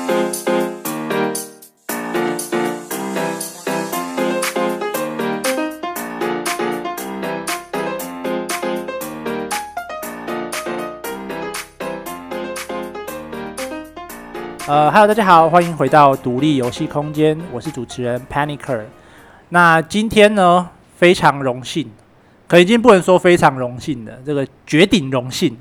Hello， 大家好，欢迎回到独立游戏空间，我是主持人 Panicer。那今天呢，非常荣幸，可已经不能说非常荣幸的，这个绝顶荣幸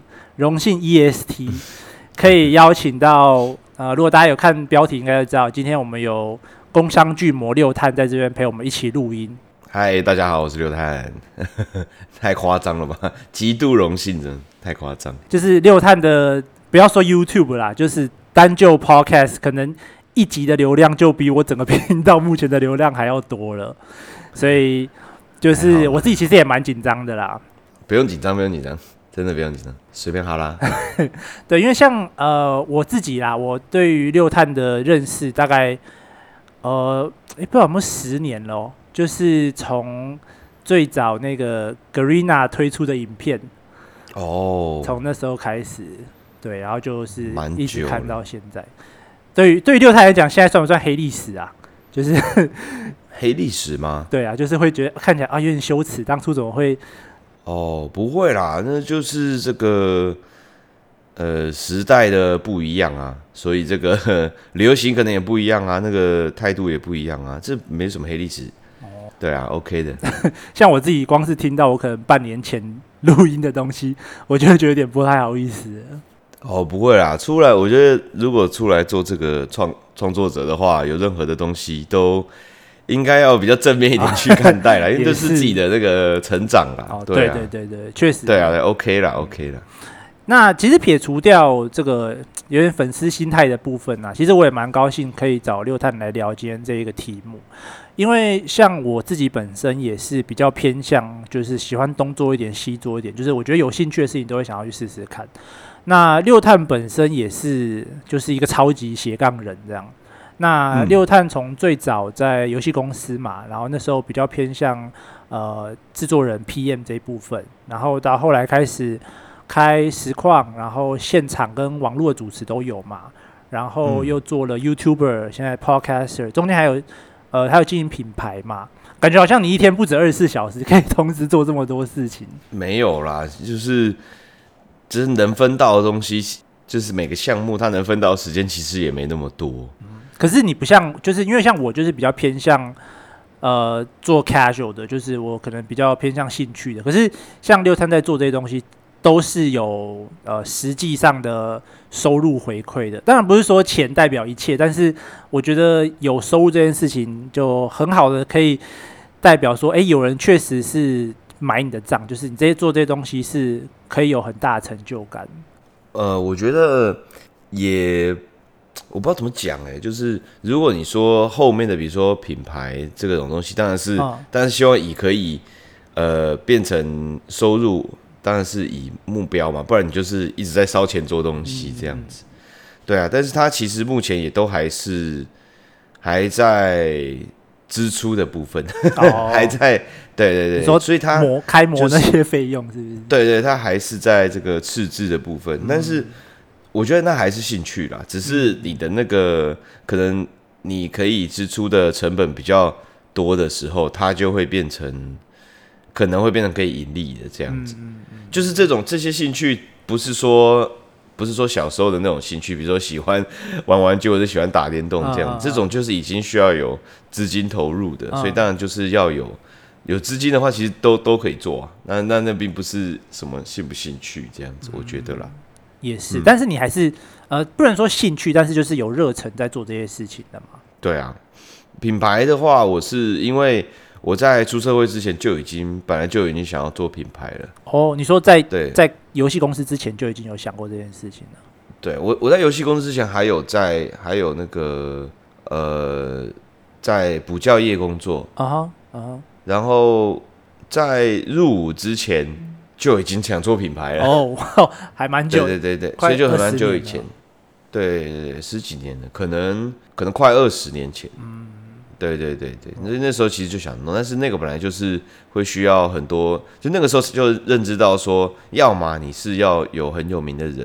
EST 可以邀请到如果大家有看标题，应该就知道，今天我们有工商巨魔六探在这边陪我们一起录音。 嗨，大家好，我是六探，太夸张了吧？极度荣幸，真的太夸张。 就是六探的，不要说 YouTube 啦，就是单就 Podcast 可能一集的流量就比我整个频道目前的流量还要多了，所以就是我自己其实也蛮紧张的啦。 不用紧张，不用紧张，真的不用紧张，随便哈啦。 对，因为像我自己啦，我对于六探的认识大概不知道有没有10年了，就是从最早那个 Garena 推出的影片从那时候开始。对，然后就是一直看到现在。对于六探来讲，现在算不算黑历史啊？就是黑历史吗？ 对啊，就是会觉得看起来有点羞耻，当初怎么会？ 不会啦，那就是这个时代的不一样啊，所以这个流行可能也不一样啊，那个态度也不一样啊，这没什么黑历史。对啊 ，OK 的。 像我自己光是听到我可能半年前录音的东西，我就会觉得有点不太好意思了。 不会啦，我觉得如果出来做这个创作者的话，有任何的东西都应该要比较正面一点去看待啦，因为这是自己的那个成长啦。对啊， 对，确实。 对啊 ，OK 啦。 那其实撇除掉这个有点粉丝心态的部分啊，其实我也蛮高兴可以找六探来聊今天这一个题目，因为像我自己本身也是比较偏向，就是喜欢东做一点西做一点，就是我觉得有兴趣的事情都会想要去试试看。那六探本身也是就是一个超级斜杠人这样。那六探从最早在游戏公司嘛，然后那时候比较偏向制作人 PM 这一部分，然后到后来开始开实况，然后现场跟网络的主持都有嘛，然后又做了 YouTuber， 现在 Podcaster， 中间还有经营品牌嘛，感觉好像你一天不止24小时可以同时做这么多事情。 没有啦，就是能分到的东西，就是每个项目它能分到的时间其实也没那么多。 可是你不像，就是因为像我就是比较偏向做 casual 的，就是我可能比较偏向兴趣的。可是像六探在做这些东西，都是有实际上的收入回馈的。当然不是说钱代表一切，但是我觉得有收入这件事情就很好的可以代表说，有人确实是买你的账，就是你做这些东西是可以有很大的成就感。 我觉得我不知道怎么讲就是如果你说后面的，比如说品牌这种东西，当然是希望可以变成收入，当然是以目标嘛，不然你就是一直在烧钱做东西这样子。对啊，但是它其实目前也都还在支出的部分，还在对，所以它开模那些费用是不是？ 对，它还是在这个赤字的部分，但是我觉得那还是兴趣啦，只是你的那个可能你可以支出的成本比较多的时候，它就会可能会变成可以盈利的这样子。就是这些兴趣不是说小时候的那种兴趣，比如说喜欢玩玩具或者喜欢打电动这样，这种就是已经需要有资金投入的，所以当然就是要有资金的话，其实都可以做啊。那并不是什么兴不兴趣这样子，我觉得啦。 也是，但是你还是不能说兴趣，但是就是有热忱在做这些事情的嘛。 对啊，品牌的话，我是因为我在出社会之前本来就已经想要做品牌了。 你说在游戏公司之前就已经有想过这件事情了？ 对，我在游戏公司之前还有那个在补教业工作然后在入伍之前就已经想做品牌了。 还蛮久。 对，所以就很蛮久以前。对，10几年了，可能快20年前。对，那时候其实就想弄，但是那个本来就是会需要很多，就那个时候就认知到说，要么你是要有很有名的人，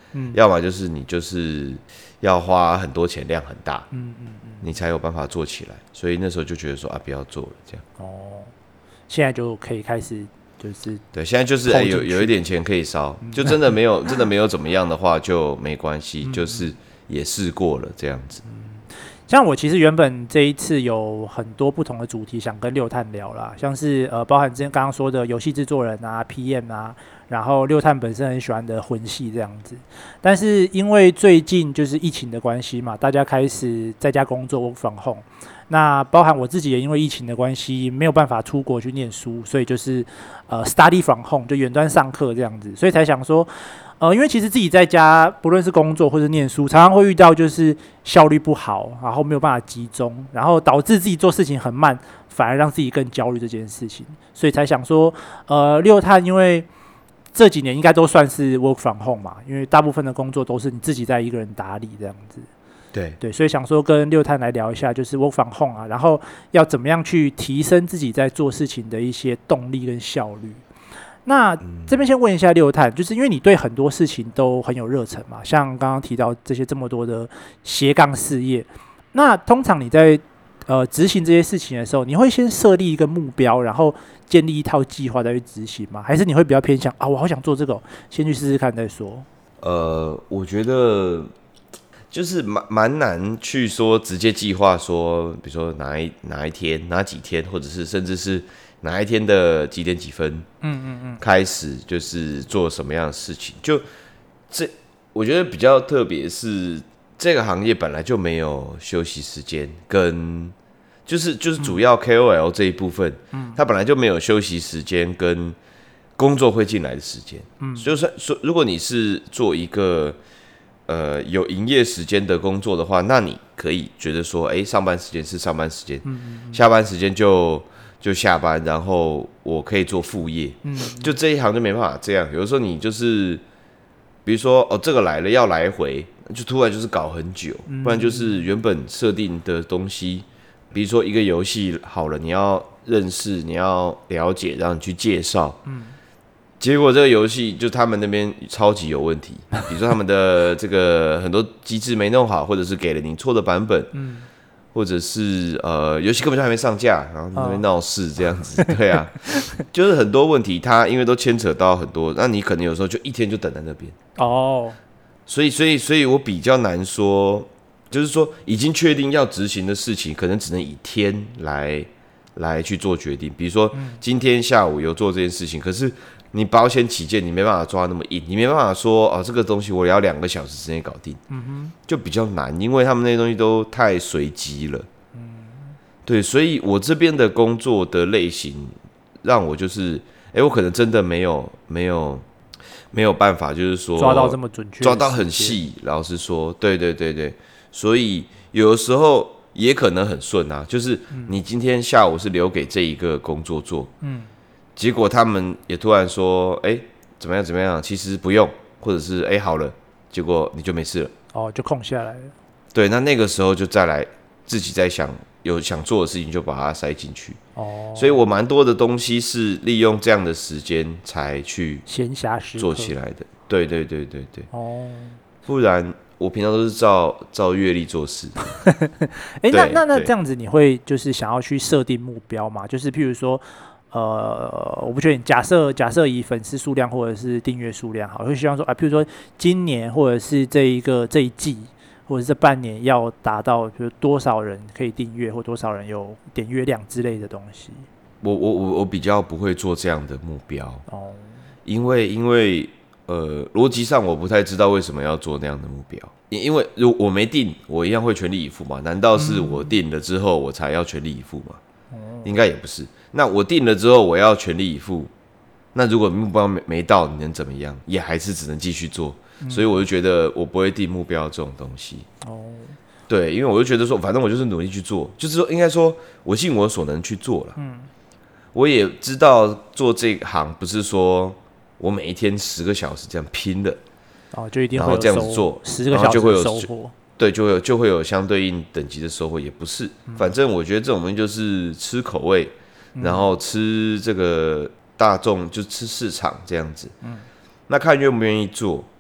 要么就是你就是要花很多钱，量很大，你才有办法做起来。所以那时候就觉得说不要做了这样。 哦，现在就可以开始就是对，现在就是有一点钱可以烧，就真的没有怎么样的话就没关系，就是也试过了这样子。 像我其实原本这一次有很多不同的主题想跟六探聊啦，像是包含之前刚刚说的游戏制作人啊、PM 啊，然后六探本身很喜欢的魂系这样子。但是因为最近就是疫情的关系嘛，大家开始在家工作 work from home， 那包含我自己也因为疫情的关系没有办法出国去念书，所以就是study from home 就远端上课这样子，所以才想说。因为其实自己在家，不论是工作或是念书，常常会遇到就是效率不好，然后没有办法集中，然后导致自己做事情很慢，反而让自己更焦虑这件事情，所以才想说，六探因为这几年应该都算是 work from home 嘛，因为大部分的工作都是你自己在一个人打理这样子。对，所以想说跟六探来聊一下，就是 work from home 啊，然后要怎么样去提升自己在做事情的一些动力跟效率。那这边先问一下六探，就是因为你对很多事情都很有热忱嘛，像刚刚提到这么多的斜杠事业，那通常你在执行这些事情的时候，你会先设立一个目标，然后建立一套计划再去执行吗？还是你会比较偏向我好想做这个，先去试试看再说？ 我觉得就是蛮难去说直接计划说，比如说哪一天哪几天，或者是甚至是哪一天的几点几分，开始就是做什么样的事情。就我觉得比较特别是这个行业本来就没有休息时间，跟就是主要 KOL 这一部分，它本来就没有休息时间跟工作会进来的时间。所以说如果你是做一个有营业时间的工作的话，那你可以觉得说，上班时间是上班时间，下班时间就下班，然后我可以做副业。就这一行就没办法这样。有的时候你就是，比如说这个来了要来回，就突然就是搞很久，不然就是原本设定的东西，比如说一个游戏好了，你要认识，你要了解，然后你去介绍。结果这个游戏就他们那边超级有问题，比如说他们的这个很多机制没弄好，或者是给了你错的版本，或者是游戏根本就还没上架，然后那边闹事这样子，对啊，就是很多问题，它因为都牵扯到很多，那你可能有时候就一天就等在那边所以我比较难说，就是说已经确定要执行的事情，可能只能以天来去做决定，比如说今天下午有做这件事情，可是你保险起见，你没办法抓那么硬，你没办法说这个东西我要2个小时之内搞定，就比较难，因为他们那些东西都太随机了。对，所以我这边的工作的类型，让我就是，我可能真的没有办法，就是说抓到这么准确， 抓到很细。老实说，对，所以有的时候也可能很顺啊，就是你今天下午是留给这一个工作做，结果他们也突然说，怎么样？其实不用，或者是好了，结果你就没事了， 就空下来了。 对，那个时候就再来自己在想有想做的事情，就把它塞进去。所以我蛮多的东西是利用这样的时间才去闲暇时刻做起来的。对。不然我平常都是照月历做事。 那这样子你会就是想要去设定目標吗？就是譬如说。我不确定。假设以粉丝数量或者是订阅数量好，会希望说譬如说今年或者是这一季或者是这半年要达到，比如多少人可以订阅或多少人有点阅量之类的东西。 我比较不会做这样的目标因为逻辑上我不太知道为什么要做那样的目标，因为如果我没定，我一样会全力以赴嘛？难道是我定了之后我才要全力以赴吗？应该也不是。那我定了之后我要全力以赴，那如果目标没到，你能怎么样？也还是只能继续做。所以我就觉得我不会定目标这种东西。对，因为我就觉得说，反正我就是努力去做，就是说应该说我尽我所能去做了。我也知道做这行不是说我每一天10个小时这样拼的， 就一定会有然后这样子做 10个小时的收获。 对，就会有相对应等级的收获，也不是。反正我觉得这种东西就是吃口味，然后吃这个大众，就吃市场这样子。那看愿不愿意做。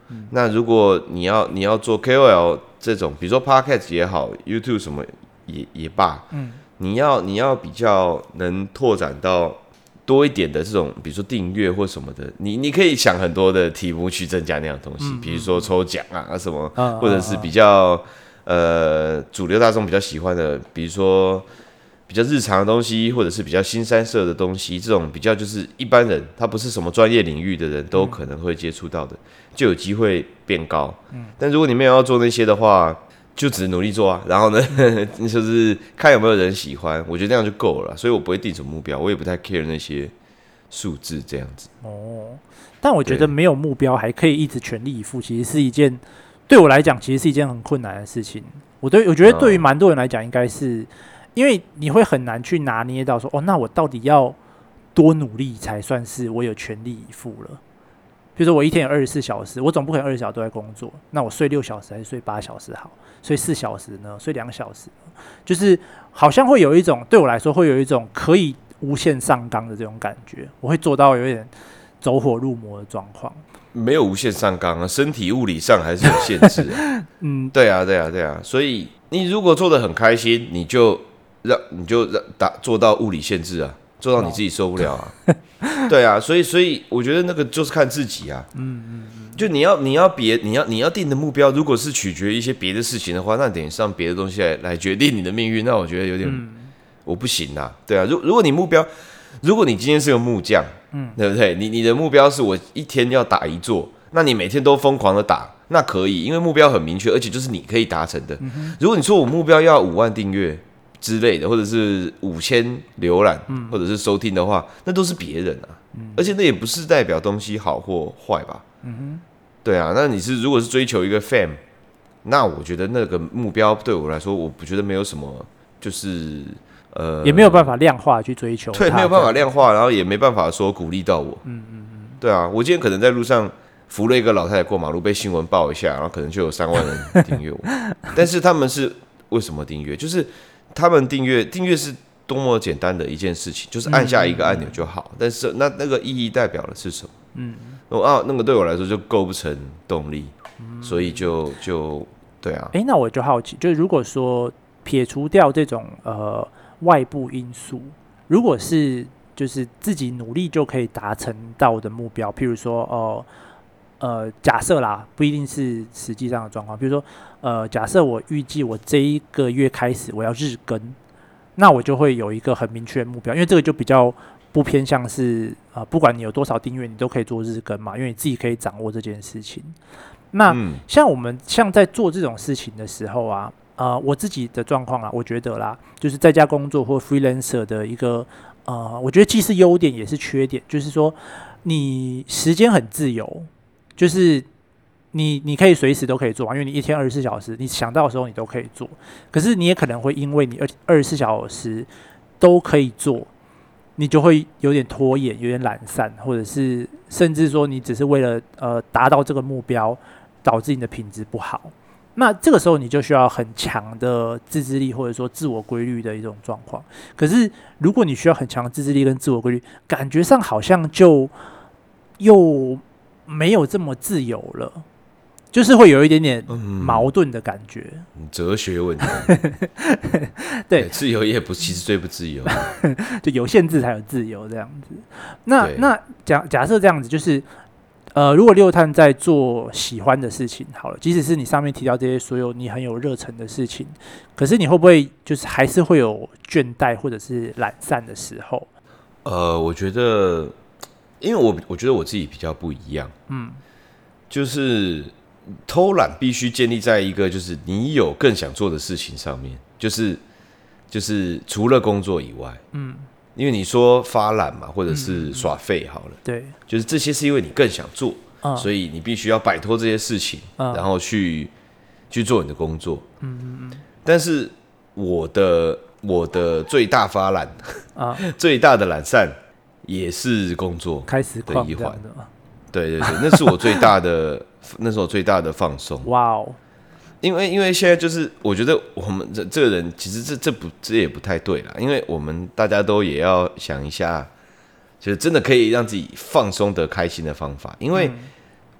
那如果你要做 KOL 这种，比如说 Podcast 也好 ，YouTube 什么也罢，你要比较能拓展到多一点的这种，比如说订阅或什么的，你可以想很多的题目去增加那样的东西，比如说抽奖啊什么，或者是比较主流大众比较喜欢的，比如说比较日常的东西，或者是比较新三色的东西，这种比较就是一般人他不是什么专业领域的人都可能会接触到的，就有机会变高。但如果你没有要做那些的话，就只努力做啊，然后呢，就是看有没有人喜欢，我觉得那样就够了啦。所以我不会定什么目标，我也不太 care 那些数字这样子。 但我觉得没有目标还可以一直全力以赴，其实是一件对我来讲，其实是一件很困难的事情。我觉得对于蛮多人来讲，应该是因为你会很难去拿捏到说，那我到底要多努力才算是我有全力以赴了。比如说我一天有24小时，我总不可能20小时都在工作，那我睡6小时还是睡8小时好？睡4小时呢？睡2小时呢？就是好像会有一种对我来说会有一种可以无限上纲的这种感觉，我会做到有点走火入魔的状况。 没有无限上纲啊，身体物理上还是有限制啊。对啊，所以你如果做得很开心，你就做到物理限制啊，做到你自己受不了啊。对啊，所以我觉得那个就是看自己啊。就你要定的目标，如果是取决于一些别的事情的话，那等于上别的东西来决定你的命运，那我觉得有点我不行啊。对啊，如果你目标，如果你今天是个木匠，对不对？你的目标是我一天要打1座，那你每天都疯狂的打，那可以，因为目标很明确，而且就是你可以达成的。如果你说我目标要5万订阅之类的，或者是5000浏览，或者是收听的话，那都是别人啊，而且那也不是代表东西好或坏吧。对啊，那你如果是追求一个 fame， 那我觉得那个目标对我来说，我不觉得没有什么，就是也没有办法量化去追求， 对，没有办法量化，然后也没办法说鼓励到我。对啊，我今天可能在路上扶了一个老太太过马路，被新闻报一下，然后可能就有3万人订阅我。但是他们是为什么订阅？就是他们订阅是多么简单的一件事情，就是按下一个按钮就好。但是那个意义代表的是什么？那个对我来说就构不成动力，所以就对啊。 那我就好奇，就是如果说撇除掉这种外部因素，如果是就是自己努力就可以达成到的目标，譬如说假设啦，不一定是实际上的状况，比如说假设我预计我这一个月开始我要日更，那我就会有一个很明确的目标，因为这个就比较不偏向是不管你有多少订阅，你都可以做日更嘛，因为你自己可以掌握这件事情。那像我们在做这种事情的时候啊，我自己的状况啊，我觉得啦，就是在家工作或 freelancer 的一个我觉得既是优点也是缺点，就是说你时间很自由，就是你可以随时都可以做，因为你一天24小时，你想到的时候你都可以做。可是你也可能会因为你24小时都可以做，你就会有点拖延，有点懒散，或者是甚至说你只是为了达到这个目标，导致你的品质不好。那这个时候你就需要很强的自制力，或者说自我规律的一种状况。可是如果你需要很强的自制力跟自我规律，感觉上好像就又没有这么自由了，就是会有一点点矛盾的感觉。 哲学问题。 对， 自由也不，其实最不自由。 就有限制才有自由这样子。那假设这样子，就是如果六探在做喜欢的事情好了，即使是你上面提到这些所有你很有热忱的事情，可是你会不会就是还是会有倦怠或者是懒散的时候？ 我觉得，因为我觉得我自己比较不一样，就是偷懒必须建立在一个就是你有更想做的事情上面，就是除了工作以外，因为你说发懒嘛，或者是耍废好了， 对， 就是这些是因为你更想做，所以你必须要摆脱这些事情，然后去做你的工作。但是我的最大发懒最大的懒散也是工作开始的一环。对，那是我最大的放松。哇哦！因为现在就是我觉得我们这个人其实这也不太对啦，因为我们大家都也要想一下，就是真的可以让自己放松的开心的方法。因为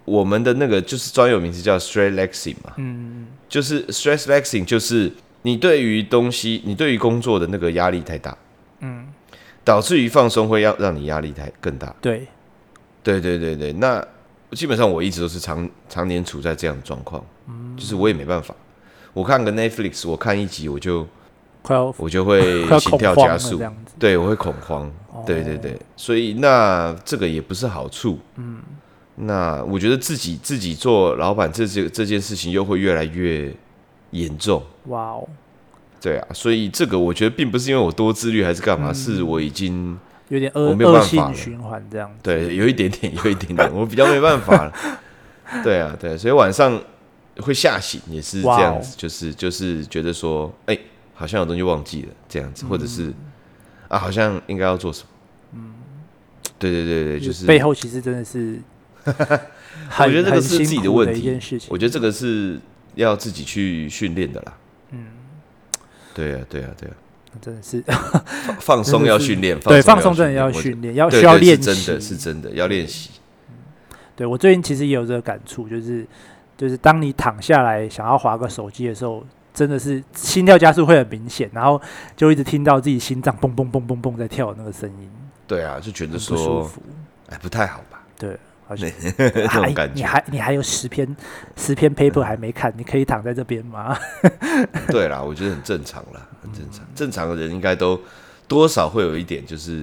我们的那个就是专有名词叫 stress lexing 嘛，就是 stress lexing 就是你对于东西，你对于工作的那个压力太大，导致于放松会让你压力更大。对，那基本上我一直都是常年处在这样的状况，就是我也没办法，我看个 Netflix， 我看一集我就会心跳加速，对，我会恐慌，对，所以那这个也不是好处，那我觉得自己做老板这件事情又会越来越严重，哇哦，对啊，所以这个我觉得并不是因为我多自律还是干嘛，是我已经有点恶性循环这样子， 对，有一点点，我比较没办法了，对啊，所以晚上会吓醒也是这样子，就是觉得说，好像有东西忘记了这样子，或者是好像应该要做什么，对，就是背后其实真的是我觉得这个是自己的问题，我觉得这个是是要自己去训练的啦，对啊， 真的是放松要训练， 对，放松真的要训练，需要练习， 是真的要练习。 对，我最近其实也有这个感触，就是当你躺下来想要滑个手机的时候，真的是心跳加速会很明显，然后就一直听到自己心脏蹦蹦蹦蹦蹦在跳的那个声音。对啊，就觉得说不舒服，不太好吧？ 对，好像那种感觉。你还有10篇 paper 还没看，你可以躺在这边吗？ 对啦，我觉得很正常啦，很正常。正常的人应该都多少会有一点，就是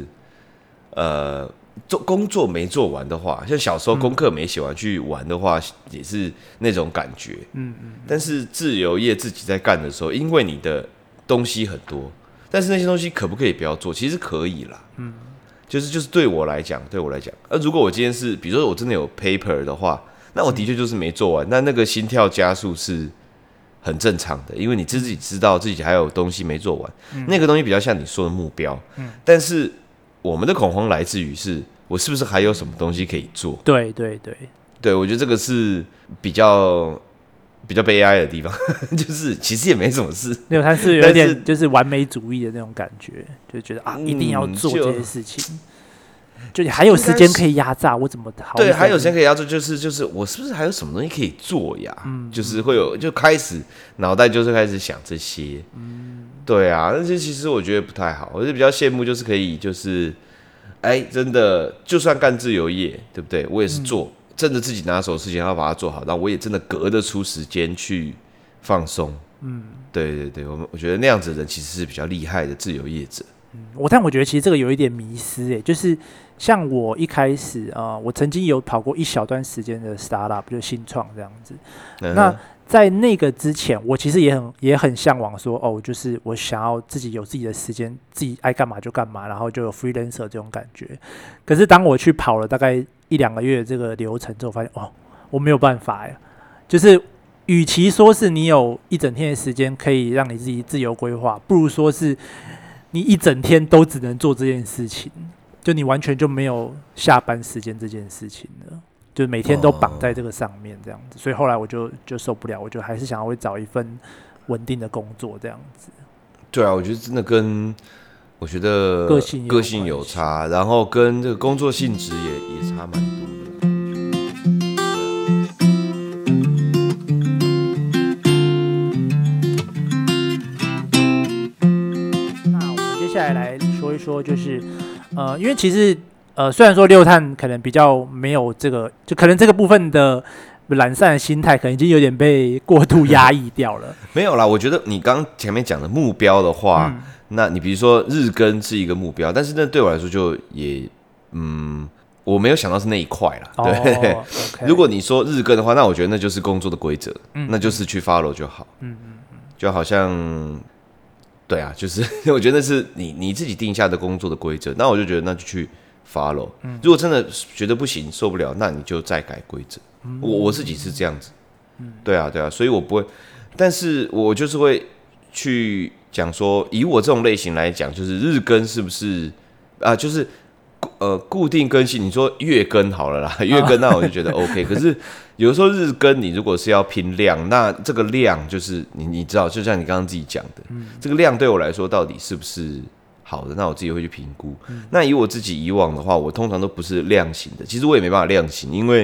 工作没做完的话，像小时候功课没写完去玩的话，也是那种感觉。但是自由业自己在干的时候，因为你的东西很多，但是那些东西可不可以不要做？其实可以啦。就是对我来讲，如果我今天是，比如说我真的有 paper 的话，那我的确就是没做完，那个心跳加速是很正常的，因为你自己知道自己还有东西没做完，那个东西比较像你说的目标。但是我们的恐慌来自于是我是不是还有什么东西可以做？对，我觉得这个是比较悲哀的地方，就是其实也没什么事， 没有，他是有点就是完美主义的那种感觉，就觉得一定要做这些事情，就你还有时间可以压榨，我怎么好？ 对，还有时间可以压榨，就是我是不是还有什么东西可以做呀？就是会有就开始脑袋就是开始想这些，对啊，但是其实我觉得不太好，我是比较羡慕就是可以就是真的就算干自由业，对不对？我也是做。真的自己拿手的事情要把它做好，然后我也真的隔得出时间去放松。对，我觉得那样子的人其实是比较厉害的自由业者。 但我觉得其实这个有一点迷思，就是像我一开始我曾经有跑过一小段时间的 startup， 就新创这样子。那在那个之前，我其实也很向往说，就是我想要自己有自己的时间，自己爱干嘛就干嘛，然后就有 freelancer 这种感觉。可是当我去跑了大概1-2个月的这个流程之后，发现我没有办法呀。就是与其说是你有一整天的时间可以让你自己自由规划，不如说是你一整天都只能做这件事情，就你完全就没有下班时间这件事情了。就每天都绑在这个上面这样子，所以后来我就受不了，我就还是想要找一份稳定的工作这样子。 对啊，我觉得真的跟我觉得个性有差，然后跟这个工作性质也差蛮多的。 那我们接下来说一说，就是因为其实。虽然说6碳可能比较没有这个，就可能这个部分的懒散的心态，可能已经有点被过度压抑掉了。 没有啦，我觉得你刚刚前面讲的目标的话，那你比如说日更是一个目标，但是那对我来说就也我没有想到是那一块啦。对，okay. 如果你说日更的话，那我觉得那就是工作的规则，那就是去 follow 就好。就好像。对啊，就是我觉得那是你自己定下的工作的规则，那我就觉得那就去 follow。如果真的觉得不行受不了，那你就再改规则。我自己是这样子。对啊，所以我不会，但是我就是会去讲说，以我这种类型来讲，就是日更是不是就是固定更新，你说月更好了啦，月更那我就觉得 OK。可是有的时候日更，你如果是要拼量，那这个量就是你知道，就像你刚刚自己讲的，这个量对我来说到底是不是好的？那我自己会去评估。那以我自己以往的话，我通常都不是量型的，其实我也没办法量型，因为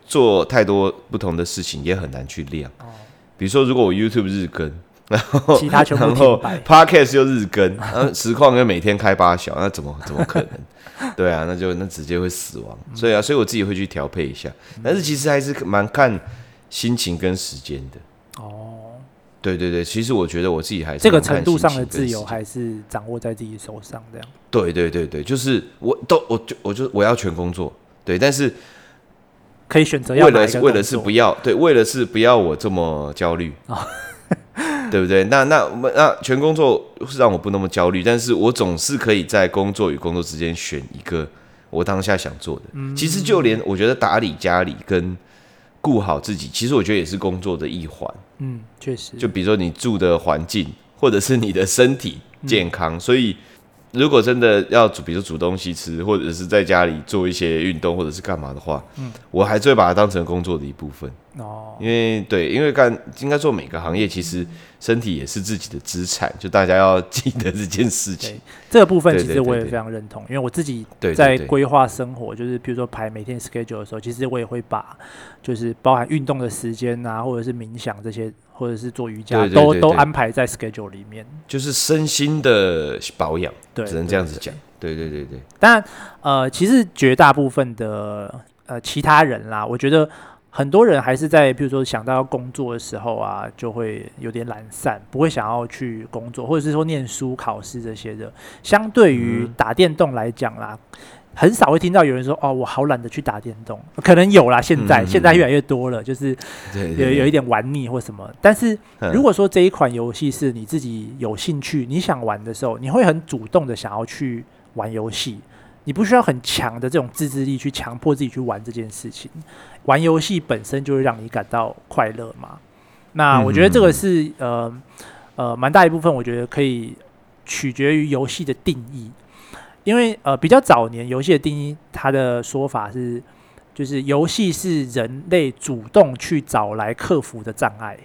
做太多不同的事情，也很难去量。比如说，如果我 YouTube 日更，然后其他全部停摆， Podcast 又日更，实况又每天开8小，那怎么可能？对啊，那直接会死亡。所以我自己会去调配一下，但是其实还是蛮看心情跟时间的。对对对，其实我觉得我自己还是这个程度上的自由还是掌握在自己手上，这样。 对对对对，就是我要全工作，对，但是可以选择要哪一个工作， 为了是不要我这么焦虑。对不对？那全工作是让我不那么焦虑，但是我总是可以在工作与工作之间选一个我当下想做的。其实就连我觉得打理家里跟顾好自己，其实我觉得也是工作的一环。 确实。 就比如说你住的环境，或者是你的身体健康，所以如果真的要比如说煮东西吃，或者是在家里做一些运动，或者是干嘛的话，我还是会把它当成工作的一部分。因为应该做每个行业，其实身体也是自己的资产，就大家要记得这件事情。 这个部分其实我也非常认同，因为我自己在规划生活，就是比如说排每天 schedule 的时候，其实我也会把就是包含运动的时间啊，或者是冥想这些，或者是做瑜伽，都安排在 schedule 里面， 就是身心的保养，只能这样子讲。对对对对。 当然，其实绝大部分的其他人啦，我觉得。很多人还是在比如说想到要工作的时候啊，就会有点懒散，不会想要去工作，或者是说念书、考试这些的。相对于打电动来讲啦，很少会听到有人说：“哦，我好懒得去打电动。”可能有啦，现在越来越多了，就是有一点玩腻或什么。但是如果说这一款游戏是你自己有兴趣、你想玩的时候，你会很主动的想要去玩游戏。你不需要很强的这种自制力去强迫自己去玩这件事情，玩游戏本身就会让你感到快乐嘛。那我觉得这个是蛮大一部分，我觉得可以取决于游戏的定义，因为比较早年游戏的定义，它的说法是，就是游戏是人类主动去找来克服的障碍。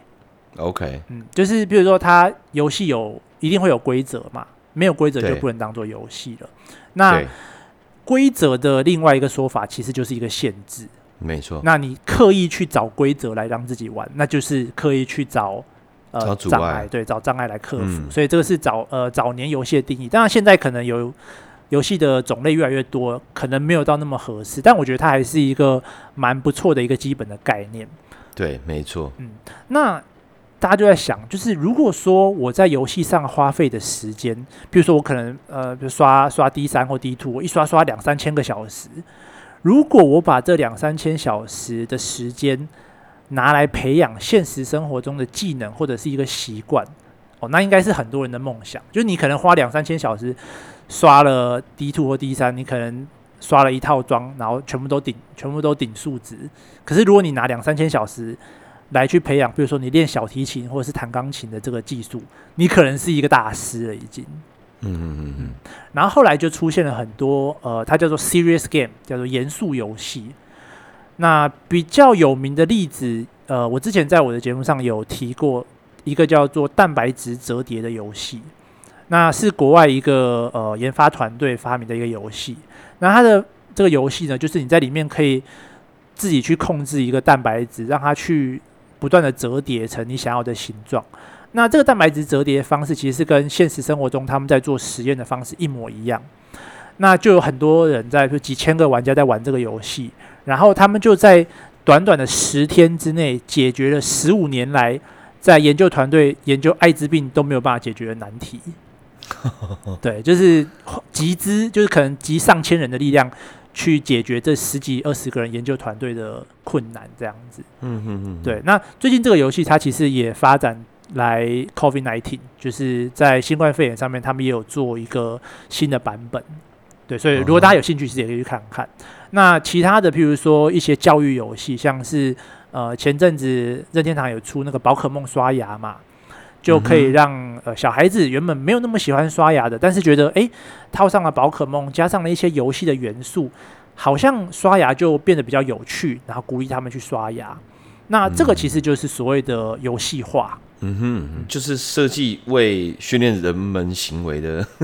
OK， 就是比如说它游戏一定会有规则嘛，没有规则就不能当做游戏了。那规则的另外一个说法，其实就是一个限制。 没错。 那你刻意去找规则来让自己玩，那就是刻意去找障碍，对，找障碍来克服。所以这个是早年游戏的定义。当然现在可能有游戏的种类越来越多，可能没有到那么合适，但我觉得它还是一个蛮不错的一个基本的概念。 对，没错。 那大家就在想，就是如果说我在游戏上花费的时间，比如说我可能比如刷 D3 或 D2， 我一刷2-3千个小时，如果我把这2-3千小时的时间拿来培养现实生活中的技能或者是一个习惯，那应该是很多人的梦想。就是你可能花2-3千小时刷了 D2 或 D3， 你可能刷了一套装，然后全部都顶数值。可是如果你拿2-3千小时来去培养，比如说你练小提琴或者是弹钢琴的这个技术，你可能是一个大师了已经。然后后来就出现了很多它叫做 serious game， 叫做严肃游戏。那比较有名的例子，我之前在我的节目上有提过一个叫做蛋白质折叠的游戏。那是国外一个研发团队发明的一个游戏。那它的这个游戏呢，就是你在里面可以自己去控制一个蛋白质，让它去不断的折叠成你想要的形状。那这个蛋白质折叠方式其实是跟现实生活中他们在做实验的方式一模一样。那就有很多人就几千个玩家在玩这个游戏，然后他们就在短短的10天之内解决了15年来在研究团队研究艾滋病都没有办法解决的难题。对，就是就是可能集上千人的力量去解决这10几20个人研究团队的困难，这样子。对，那最近这个游戏它其实也发展来 COVID-19， 就是在新冠肺炎上面，他们也有做一个新的版本。对，所以如果大家有兴趣，其实也可以去看看。那其他的，譬如说一些教育游戏，像是前阵子任天堂有出那个宝可梦刷牙嘛。就可以让小孩子原本没有那么喜欢刷牙的，但是觉得套上了宝可梦，加上了一些游戏的元素，好像刷牙就变得比较有趣，然后鼓励他们去刷牙。那这个其实就是所谓的游戏化。 就是设计为训练人们行为的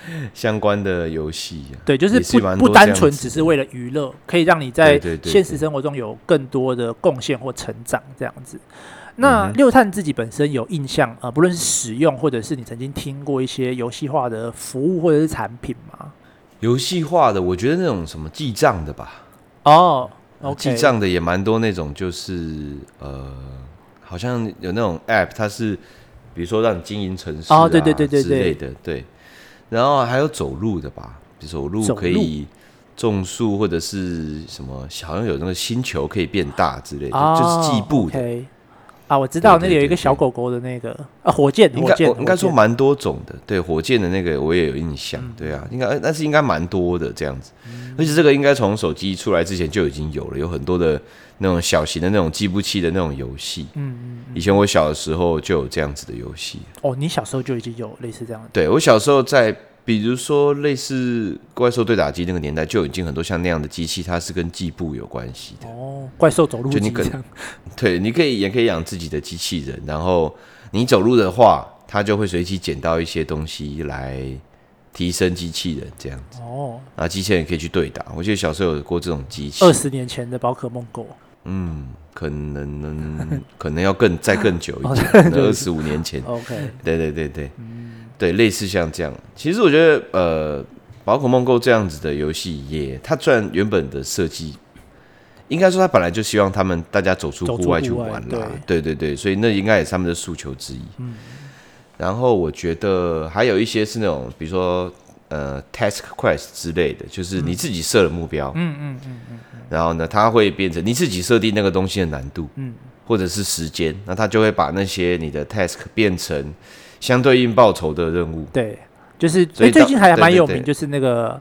相关的游戏， 对，就是不单纯只是为了娱乐，可以让你在现实生活中有更多的贡献或成长这样子。那六探自己本身有印象不论是使用或者是你曾经听过一些游戏化的服务或者是产品吗？ 游戏化的，我觉得那种什么记账的吧。 哦，OK， 记账的也蛮多，那种就是好像有那种 App， 它是比如说让你经营城市啊，对之类的，对。然后还有走路的吧，走路可以种树或者是什么，好像有那个星球可以变大之类的，就是计步的。 Okay，我知道那个有一个小狗狗的那个火箭， 应该说蛮多种的。对，火箭的那个我也有印象。对啊，但是应该蛮多的这样子。而且这个应该从手机出来之前就已经有了，有很多的那种小型的那种计步器的那种游戏。以前我小的时候就有这样子的游戏。 哦，你小时候就已经有类似这样的？ 对，我小时候在。比如说，类似怪兽对打机那个年代，就已经很多像那样的机器，它是跟计步有关系的。 哦，怪兽走路机这样。 对，也可以养自己的机器人，然后你走路的话，它就会随机捡到一些东西来提升机器人这样子。哦，然后机器人也可以去对打。我记得小时候有过这种机器。 20年前的宝可梦 Go。 可能要再更久一点，可能25年前。 OK， 对。对，类似像这样，其实我觉得，宝可梦 Go 这样子的游戏它虽然原本的设计，应该说它本来就希望大家走出户外去玩啦，对，所以那应该也是他们的诉求之一。然后我觉得还有一些是那种，比如说Task Quest 之类的，就是你自己设了目标，然后呢，它会变成你自己设定那个东西的难度，或者是时间，那它就会把那些你的 task 变成相对应报酬的任务。 对，就是最近还蛮有名，就是那个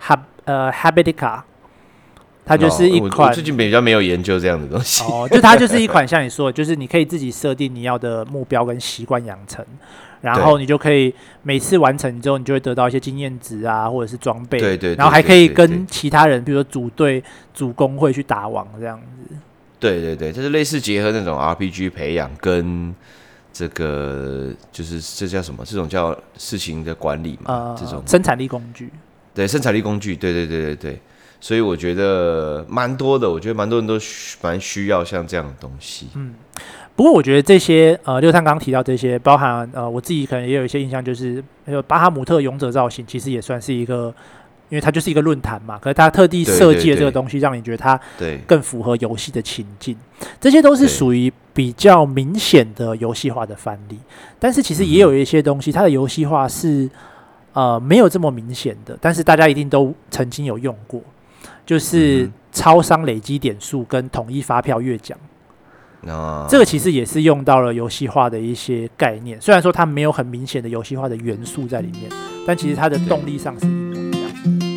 Habitica， 它就是一款。 我最近比较没有研究这样的东西。 就它就是一款像你说的，就是你可以自己设定你要的目标跟习惯养成，然后你就可以每次完成之后，你就会得到一些经验值啊，或者是装备。对，然后还可以跟其他人，比如说组队、组工会去打王这样子。对， 就是类似结合那种 RPG 培养跟。这个就是这叫什么？这种叫事情的管理嘛？这种生产力工具。对， 生产力工具，对。所以我觉得蛮多的，我觉得蛮多人都蛮需要像这样的东西。 不过我觉得这些六探刚提到这些，包含我自己可能也有一些印象，就是巴哈姆特勇者造型，其实也算是一个。因为它就是一个论坛嘛，可是它特地设计了这个东西，让你觉得它更符合游戏的情境。这些都是属于比较明显的游戏化的范例，但是其实也有一些东西，它的游戏化是没有这么明显的，但是大家一定都曾经有用过，就是超商累积点数跟统一发票月奖。这个其实也是用到了游戏化的一些概念，虽然说它没有很明显的游戏化的元素在里面，但其实它的动力上是一模一样。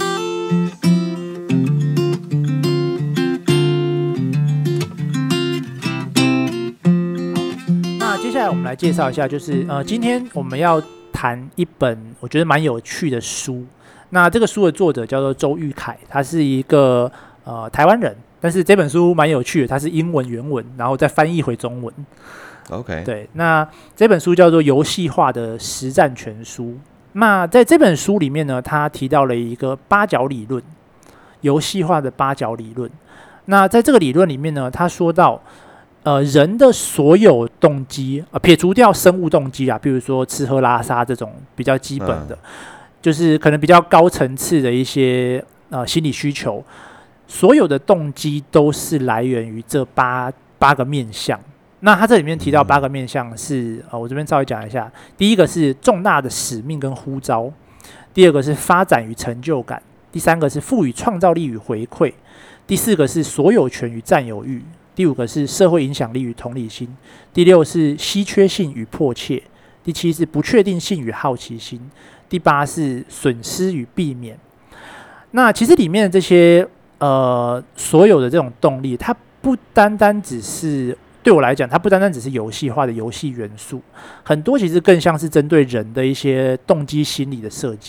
接下来我们来介绍一下，就是今天我们要谈一本我觉得蛮有趣的书。那这个书的作者叫做周玉凯，他是一个台湾人，但是这本书蛮有趣的，它是英文原文，然后再翻译回中文。 OK， 对，那这本书叫做《游戏化的实战全书》。那在这本书里面呢，他提到了一个八角理论，游戏化的八角理论。那在这个理论里面呢，他说到。人的所有动机撇除掉生物动机啊，比如说吃喝拉撒这种比较基本的，就是可能比较高层次的一些心理需求，所有的动机都是来源于这八个面向。那他这里面提到8个面向是我这边稍微讲一下。第一个是重大的使命跟呼召，第二个是发展与成就感，第三个是赋予创造力与回馈，第四个是所有权与占有欲。第5个是社会影响力与同理心，第6是稀缺性与迫切，第7是不确定性与好奇心，第8是损失与避免。那其实里面的这些所有的这种动力，它不单单只是对我来讲，它不单单只是游戏化的游戏元素，很多其实更像是针对人的一些动机心理的设计。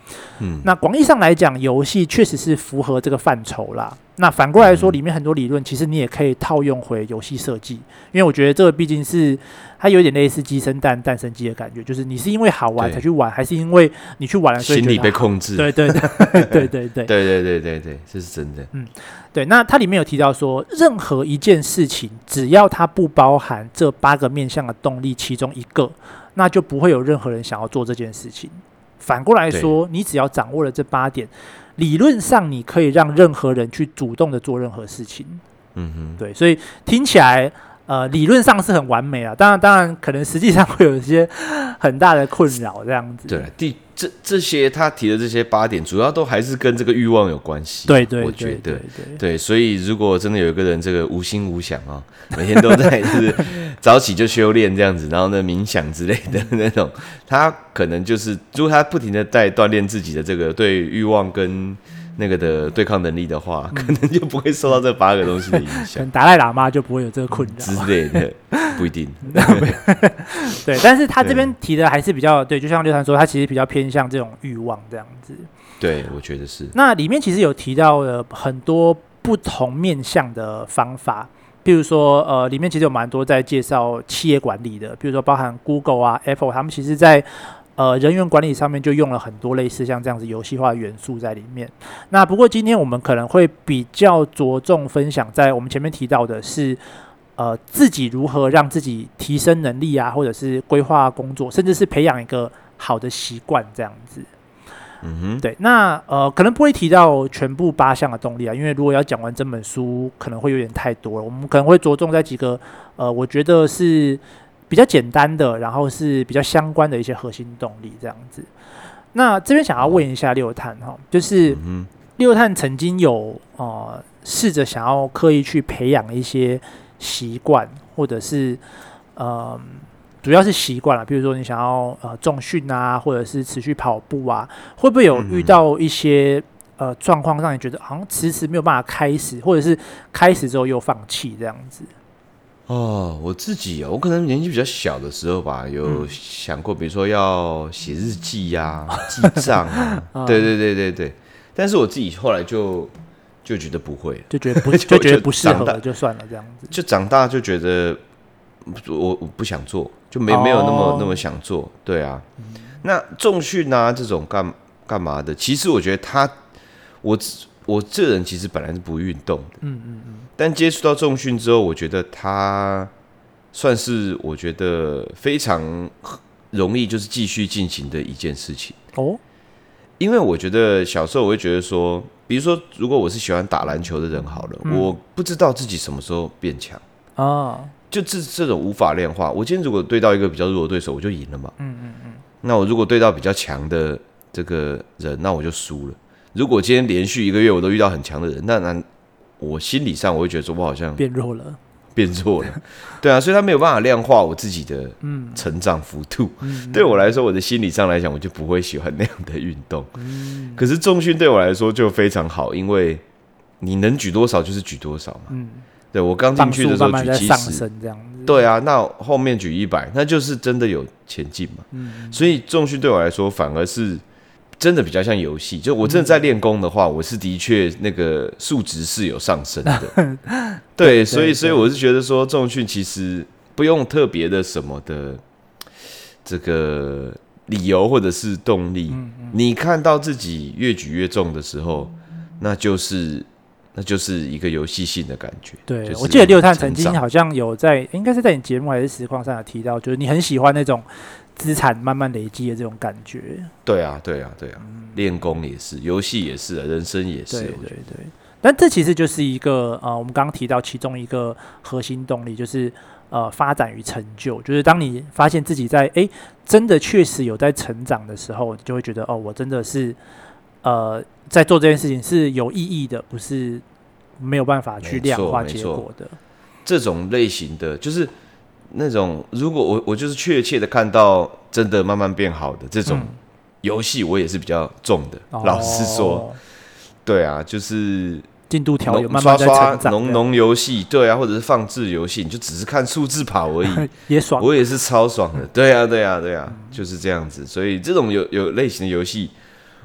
那广义上来讲，游戏确实是符合这个范畴啦。那反过来说，里面很多理论其实你也可以套用回游戏设计，因为我觉得这个毕竟是它有点类似鸡生蛋，蛋生鸡的感觉，就是你是因为好玩才去玩，还是因为你去玩了所以心理被控制？ 对对对对对对对，这是真的。 对。那它里面有提到说，任何一件事情，只要它不包含这8个面向的动力其中一个，那就不会有任何人想要做这件事情。反过来说，你只要掌握了这8点，理论上你可以让任何人去主动的做任何事情。对，所以听起来理论上是很完美啦，当然可能实际上会有一些很大的困扰这样子。 对，这些他提的这些8点，主要都还是跟这个欲望有关系。 对，我觉得对，所以如果真的有一个人这个无心无想啊，每天都在就是早起就修炼这样子，然后呢冥想之类的那种，他可能就是如果他不停的在锻炼自己的这个对欲望跟那个的对抗能力的话，可能就不会受到这8个东西的影响。可能达赖喇嘛就不会有这个困扰之类的，不一定。 对，但是他这边提的还是比较对，就像六三说，他其实比较偏向这种欲望这样子。 对，我觉得是。那里面其实有提到了很多不同面向的方法，比如说里面其实有蛮多在介绍企业管理的，比如说包含 Google 啊、Apple， 他们其实在人员管理上面就用了很多类似像这样子游戏化的元素在里面。那不过今天我们可能会比较着重分享在我们前面提到的是自己如何让自己提升能力啊，或者是规划工作，甚至是培养一个好的习惯这样子。对。那可能不会提到全部8项的动力啊，因为如果要讲完整本书可能会有点太多了，我们可能会着重在几个我觉得是比较简单的，然后是比较相关的一些核心动力这样子。那这边想要问一下六探哈，就是六探曾经有试着想要刻意去培养一些习惯，或者是主要是习惯啦，比如说你想要重训啊，或者是持续跑步啊，会不会有遇到一些状况让你觉得好像迟迟没有办法开始，或者是开始之后又放弃这样子？ 我自己我可能年纪比较小的时候吧，有想过，比如说要写日记啊、记账啊，对。但是我自己后来就觉得不会， 就觉得不适合了，就算了这样子。 就长大就觉得我不想做，就没有那么想做，对啊。那重训啊这种干嘛的，其实我觉得我这人其实本来是不运动的，但接触到重训之后，我觉得它算是我觉得非常容易就是继续进行的一件事情。因为我觉得小时候我会觉得说，比如说如果我是喜欢打篮球的人好了，我不知道自己什么时候变强就这种无法量化。我今天如果对到一个比较弱的对手，我就赢了嘛。那我如果对到比较强的这个人，那我就输了。如果今天连续1个月我都遇到很强的人，那我心理上我会觉得说我好像变弱了， 对啊，所以他没有办法量化我自己的成长幅度。对我来说，我的心理上来讲，我就不会喜欢那样的运动。可是重训对我来说就非常好，因为你能举多少就是举多少嘛。对，我刚进去的时候举70，对啊，那后面举100，那就是真的有前进嘛。所以重训对我来说反而是真的比较像游戏，就我真的在练功的话，我是的确那个数值是有上升的。对，所以我是觉得说重训其实不用特别的什么的这个理由或者是动力，你看到自己越举越重的时候，那就是一个游戏性的感觉。 对，我记得六探曾经好像有应该是在你节目还是实况上有提到，就是你很喜欢那种资产慢慢累积的这种感觉。对啊， 练功也是，游戏也是，人生也是。对。 但这其实就是一个我们刚刚提到其中一个核心动力，就是发展与成就。就是当你发现自己在真的确实有在成长的时候，你就会觉得我真的是在做这件事情是有意义的，不是没有办法去量化结果的。 这种类型的，就是那种如果我就是确切的看到真的慢慢变好的这种游戏，我也是比较重的。老实说，对啊，就是进度条有慢慢在成长， 农游戏，对啊，或者是放置游戏，你就只是看数字跑而已， 也爽， 我也是超爽的。对啊，就是这样子。所以这种有类型的游戏，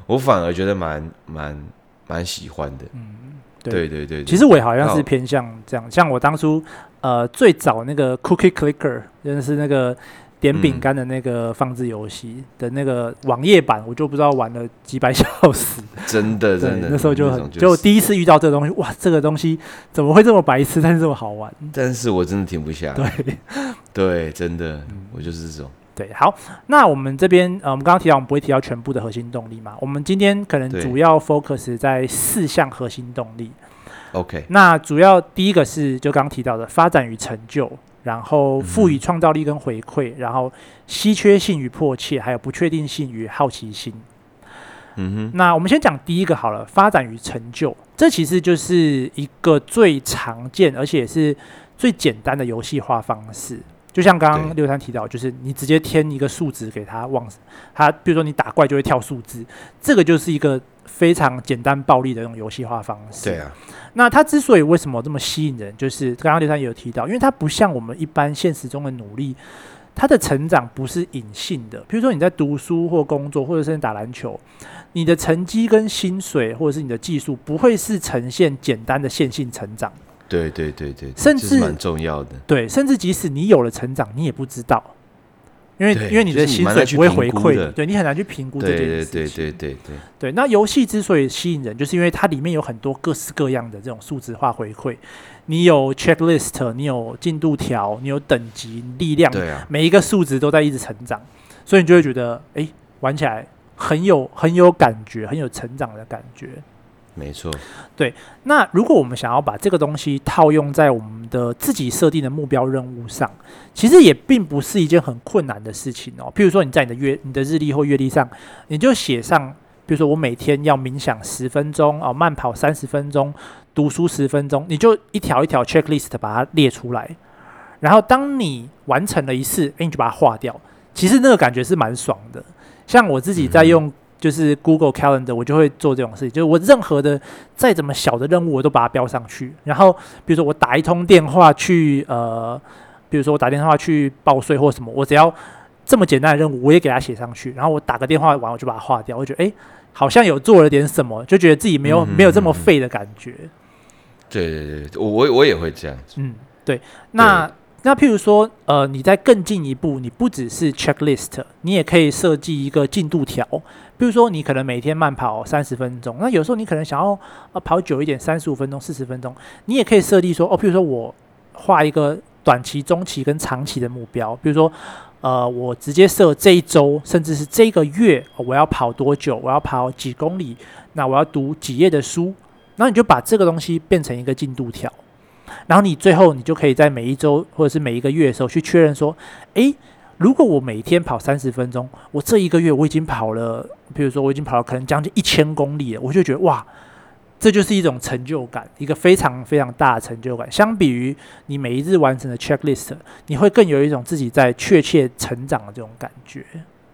我反而觉得蛮喜欢的。对， 其实我也好像是偏向这样，像我当初最早那个 Cookie Clicker， 就是那个点饼干的那个放置游戏的那个网页版，我就不知道玩了几百小时。 真的， 那时候就第一次遇到这个东西，哇，这个东西怎么会这么白痴，但是这么好玩？ 但是我真的停不下来。对，真的，我就是这种。 对，好，那我们这边我们刚刚提到，我们不会提到全部的核心动力嘛？我们今天可能主要 focus 在4项核心动力。 OK， 那主要第一个是就刚刚提到的发展与成就，然后赋予创造力跟回馈，然后稀缺性与迫切，还有不确定性与好奇心。那我们先讲第一个好了，发展与成就，这其实就是一个最常见而且也是最简单的游戏化方式。就像刚刚六三提到，就是你直接添一个数值给他，比如说你打怪就会跳数字，这个就是一个非常简单暴力的那种游戏化方式。 对啊， 那它之所以为什么这么吸引人，就是刚刚六三也有提到，因为它不像我们一般现实中的努力，它的成长不是隐性的。比如说你在读书或工作，或者是你打篮球，你的成绩跟薪水或者是你的技术不会是呈现简单的线性成长。 对， 甚至蛮重要的。 对，甚至即使你有了成长，你也不知道，因为你的薪水不会回馈你，对，你很难去评估这件事情。对，那游戏之所以吸引人，就是因为它里面有很多各式各样的这种数值化回馈。你有 checklist， 你有进度条，你有等级、力量，每一个数值都在一直成长，所以你就会觉得，玩起来很有感觉，很有成长的感觉。 没错， 对。那如果我们想要把这个东西套用在我们的自己设定的目标任务上，其实也并不是一件很困难的事情哦。譬如说你在你的日历或月历上，你就写上，比如说我每天要冥想10分钟哦，慢跑30分钟，读书10分钟，你就一条一条 checklist 把它列出来。然后当你完成了一次，你就把它划掉。其实那个感觉是蛮爽的。像我自己在用。就是 Google Calendar， 我就会做这种事情，就是我任何的再怎么小的任务，我都把它标上去。然后，比如说我打一通电话去比如说我打电话去报税或什么，我只要这么简单的任务，我也给它写上去。然后我打个电话完，我就把它划掉。我觉得好像有做了点什么，就觉得自己没有这么废的感觉。 对，我也会这样子。 对，那譬如说，你再更进一步，你不只是 checklist， 你也可以设计一个进度条。比如说，你可能每天慢跑30分钟，那有时候你可能想要跑久一点，35分钟、40分钟，你也可以设定说，譬如说我画一个短期、中期跟长期的目标。比如说，我直接设这一周，甚至是这个月，我要跑多久，我要跑几公里，那我要读几页的书，然后你就把这个东西变成一个进度条。然后你最后你就可以在每一周或者是每一个月的时候去确认说，如果我每天跑30分钟，我这一个月我已经跑了，比如说我已经跑了可能将近1000公里了，我就觉得哇，这就是一种成就感，一个非常非常大的成就感。相比于你每一日完成的 checklist， 你会更有一种自己在确切成长的这种感觉。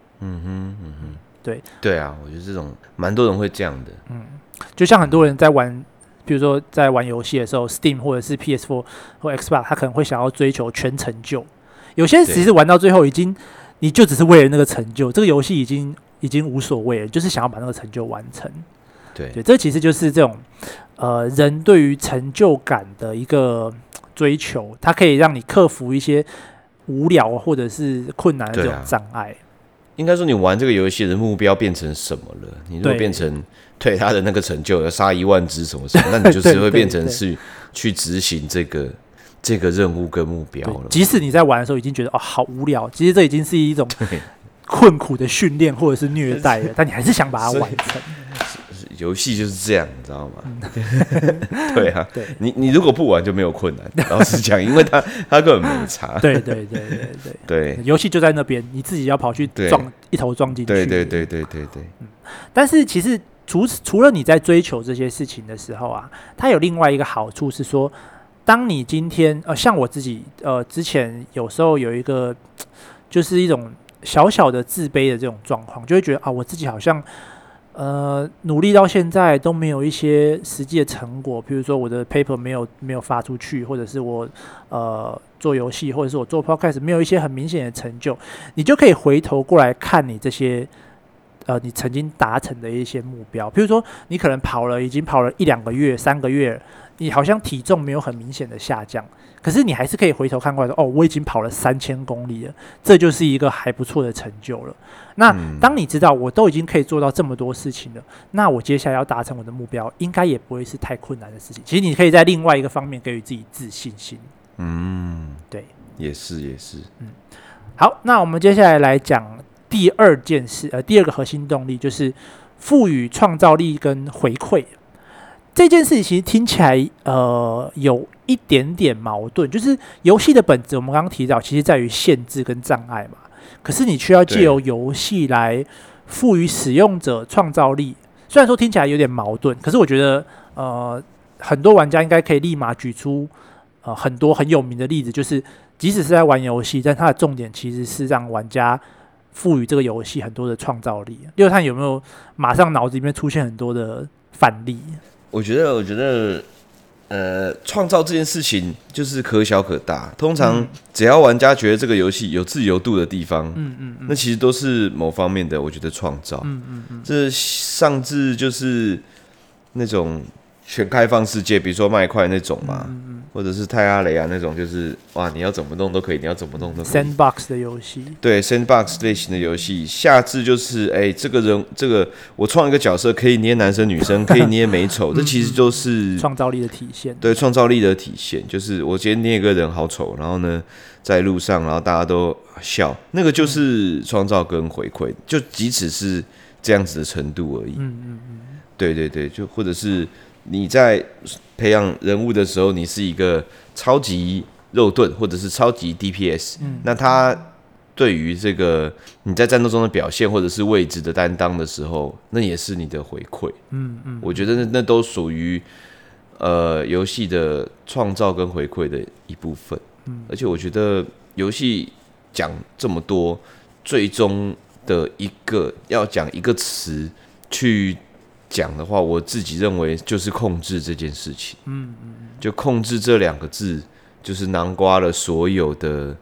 对啊，我觉得这种蛮多人会这样的。 就像很多人在玩。比如说，在玩游戏的时候 ，Steam 或者是 PS4 或 Xbox， 他可能会想要追求全成就。有些其实玩到最后，你就只是为了那个成就，这个游戏已经无所谓了，就是想要把那个成就完成。对，这其实就是这种人对于成就感的一个追求，它可以让你克服一些无聊或者是困难的这种障碍。 应该说，你玩这个游戏的目标变成什么了？你如果变成对他的那个成就要杀1万只什么，那你就是会变成是去执行这个任务跟目标了。 即使你在玩的时候已经觉得好无聊，其实这已经是一种困苦的训练或者是虐待了，但你还是想把它完成。 游戏就是这样，你知道吗？对啊，你如果不玩就没有困难。老实讲，因为他根本没差。对， 游戏就在那边，你自己要跑去一头撞进去。 对。 但是其实除了你在追求这些事情的时候啊，它有另外一个好处是说，当你今天像我自己之前有时候有一个就是一种小小的自卑的这种状况，就会觉得我自己好像。努力到现在都没有一些实际的成果，比如说我的 paper 没有发出去，或者是我做游戏，或者是我做 podcast 没有一些很明显的成就，你就可以回头过来看你这些你曾经达成的一些目标，比如说你可能已经跑了1-2个月、3个月，你好像体重没有很明显的下降，可是你还是可以回头看过来说，哦，我已经跑了3000公里了，这就是一个还不错的成就了。那当你知道我都已经可以做到这么多事情了，那我接下来要达成我的目标，应该也不会是太困难的事情。其实你可以在另外一个方面给予自己自信心。对，也是。好，那我们接下来讲第二个核心动力，就是赋予创造力跟回馈。这件事情其实听起来有一点点矛盾，就是游戏的本质我们刚刚提到，其实在于限制跟障碍嘛。可是你却要借由游戏来赋予使用者创造力，虽然说听起来有点矛盾，可是我觉得很多玩家应该可以立马举出很多很有名的例子，就是即使是在玩游戏，但它的重点其实是让玩家赋予这个游戏很多的创造力。六探有没有马上脑子里面出现很多的范例？ 我觉得创造这件事情就是可小可大，通常只要玩家觉得这个游戏有自由度的地方，那其实都是某方面的，我觉得创造，这上至就是那种全开放世界，比如说麦块那种嘛，或者是泰拉雷啊那种，就是哇，你要怎么弄都可以，你要怎么弄都可以。 Sandbox 的游戏， 对 Sandbox 类型的游戏，下至就是这个我创一个角色可以捏男生女生，可以捏美丑，这其实都是创造力的体现。 对，创造力的体现，就是我今天捏一个人好丑，然后呢在路上，然后大家都笑，那个就是创造跟回馈，就即使是这样子的程度而已。对，就或者是你在培养人物的时候，你是一个超级肉盾或者是超级 DPS，那他对于这个你在战斗中的表现或者是位置的担当的时候，那也是你的回馈。我觉得那都属于游戏的创造跟回馈的一部分。而且我觉得游戏讲这么多，最终的要讲一个词去讲的话，我自己认为就是控制这件事情。就控制这2个字，就是囊括了所有的，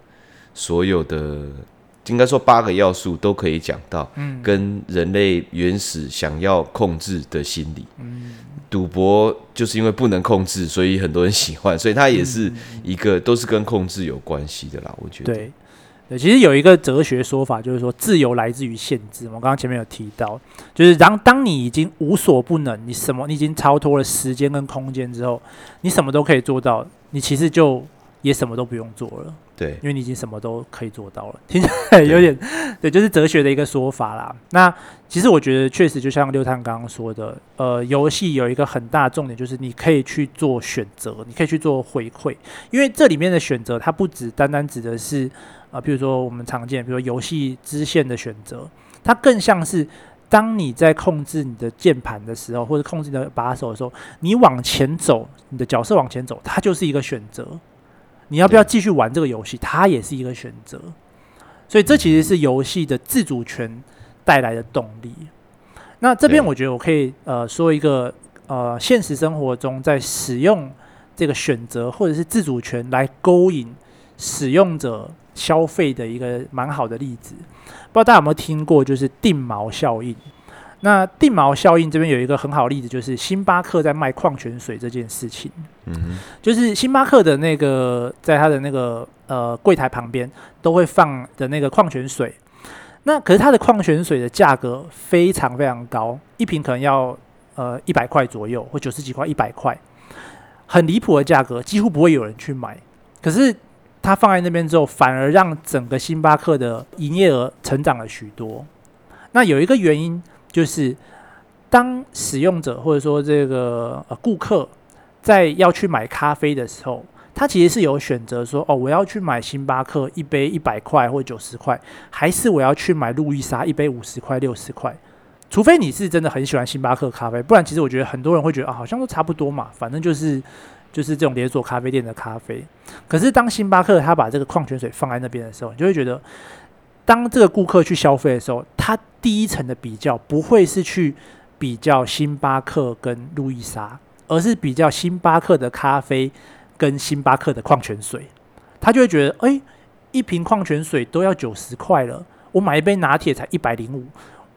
应该说8个要素都可以讲到，跟人类原始想要控制的心理。赌博就是因为不能控制，所以很多人喜欢，所以它也是一个都是跟控制有关系的啦，我觉得。 对，其实有一个哲学说法，就是说自由来自于限制。我刚刚前面有提到，就是当你已经无所不能，你已经超脱了时间跟空间之后，你什么都可以做到，你其实就也什么都不用做了。 对， 因为你已经什么都可以做到了，听起来有点对，就是哲学的一个说法啦。那其实我觉得确实就像六探刚刚说的，游戏有一个很大的重点，就是你可以去做选择，你可以去做回馈，因为这里面的选择它不只单单指的是比如说我们常见，比如说游戏支线的选择，它更像是当你在控制你的键盘的时候，或者控制你的把手的时候，你往前走，你的角色往前走，它就是一个选择。你要不要继续玩这个游戏，它也是一个选择。所以这其实是游戏的自主权带来的动力。那这边我觉得我可以说一个现实生活中在使用这个选择或者是自主权来勾引使用者消费的一个蛮好的例子。不知道大家有没有听过，就是定锚效应。那定锚效应这边有一个很好的例子，就是星巴克在卖矿泉水这件事情。就是星巴克的那个在它的那个柜台旁边都会放的那个矿泉水，那可是它的矿泉水的价格非常非常高，一瓶可能要100块左右，或90几块、100块，很离谱的价格，几乎不会有人去买。可是它放在那边之后，反而让整个星巴克的营业额成长了许多。那有一个原因就是，当使用者或者说这个顾客在要去买咖啡的时候，他其实是有选择说，我要去买星巴克一杯100块或90块，还是我要去买路易莎一杯50块、60块。除非你是真的很喜欢星巴克咖啡，不然其实我觉得很多人会觉得好像都差不多嘛，反正就是这种连锁咖啡店的咖啡。可是当星巴克他把这个矿泉水放在那边的时候，你就会觉得，当这个顾客去消费的时候，他第一层的比较不会是去比较星巴克跟路易莎，而是比较星巴克的咖啡跟星巴克的矿泉水。他就会觉得，一瓶矿泉水都要90块了，我买一杯拿铁才105，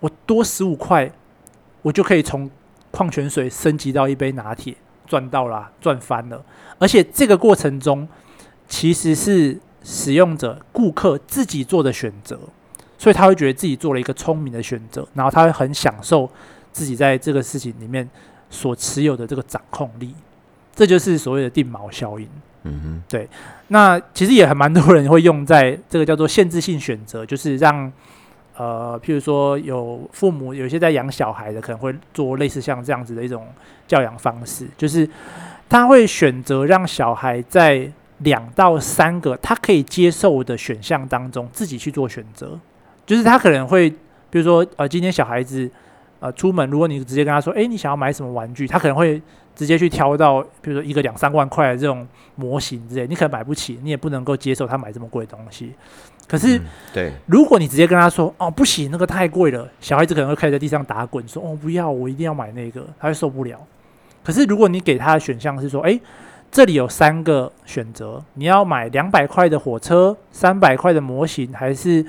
我多15块，我就可以从矿泉水升级到一杯拿铁，赚到啦，赚翻了。而且这个过程中，其实是使用者、顾客自己做的选择，所以他会觉得自己做了一个聪明的选择，然后他会很享受自己在这个事情里面所持有的这个掌控力，这就是所谓的定锚效应。对。那其实也很蛮多人会用在这个叫做限制性选择，就是让譬如说有父母有一些在养小孩的，可能会做类似像这样子的一种教养方式，就是他会选择让小孩在2到3个他可以接受的选项当中自己去做选择，就是他可能会比如说今天小孩子出门，如果你直接跟他说你想要买什么玩具，他可能会直接去挑到比如说一个2-3万块的这种模型之类，你可能买不起，你也不能够接受他买这么贵的东西。可是对， 如果你直接跟他说不行，那个太贵了，小孩子可能会开始在地上打滚，说不要，我一定要买那个，他会受不了。可是如果你给他的选项是说这里有3个选择，你要买200块的火车、300块的模型，还是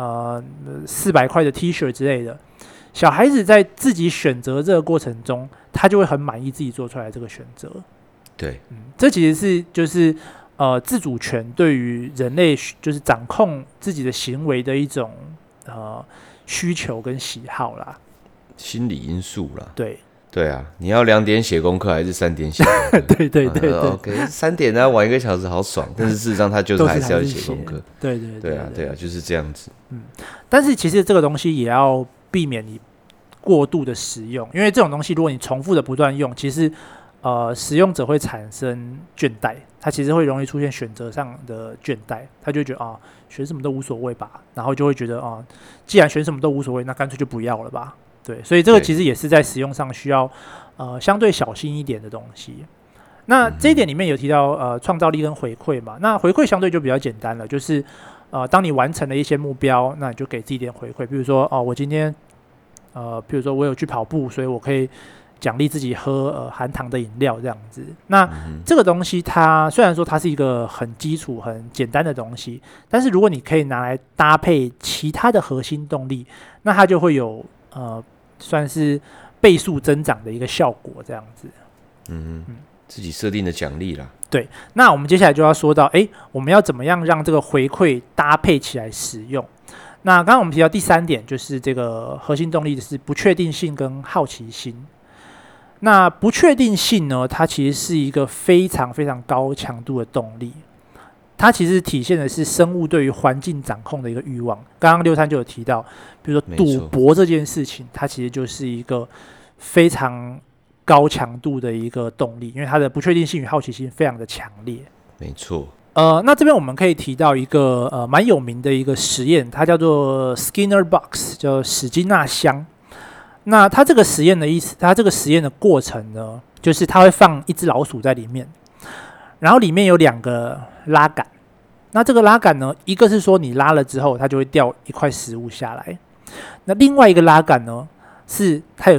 400块的 T 恤之类的，小孩子在自己选择这个过程中，他就会很满意自己做出来的这个选择。 对， 这其实是就是自主权对于人类就是掌控自己的行为的一种需求跟喜好啦， 心理因素啦。对啊，你要2点写功课还是3点写功课？ 对 OK， 3点呢玩1个小时好爽，但是事实上他就是还是要写功课。对啊，就是这样子。 但是其实这个东西也要避免你过度的使用，因为这种东西如果你重复的不断用，其实使用者会产生倦怠，他其实会容易出现选择上的倦怠，他就会觉得选什么都无所谓吧，然后就会觉得既然选什么都无所谓，那干脆就不要了吧。对，所以这个其实也是在使用上需要相对小心一点的东西。那这一点里面有提到创造力跟回馈嘛，那回馈相对就比较简单了，就是当你完成了一些目标，那你就给自己一点回馈，比如说我今天比如说我有去跑步，所以我可以奖励自己喝含糖的饮料这样子。那这个东西它虽然说它是一个很基础很简单的东西，但是如果你可以拿来搭配其他的核心动力，那它就会有算是倍数增长的一个效果这样子。 自己设定的奖励啦。 对，那我们接下来就要说到我们要怎么样让这个回馈搭配起来使用。那刚刚我们提到第3点，就是这个核心动力是不确定性跟好奇心。那不确定性呢，它其实是一个非常非常高强度的动力，它其实体现的是生物对于环境掌控的一个欲望。刚刚63就有提到，比如说赌博这件事情，它其实就是一个非常高强度的一个动力，因为它的不确定性与好奇心非常的强烈。 没错。 那这边我们可以提到一个蛮有名的一个实验，它叫做 Skinner Box， 叫史金纳箱。那它这个实验的意思，它这个实验的过程呢，就是它会放一只老鼠在里面，然后里面有2个拉杆。那这个拉杆呢，一个是说你拉了之后，它就会掉一块食物下来。那另外一个拉杆呢，是它有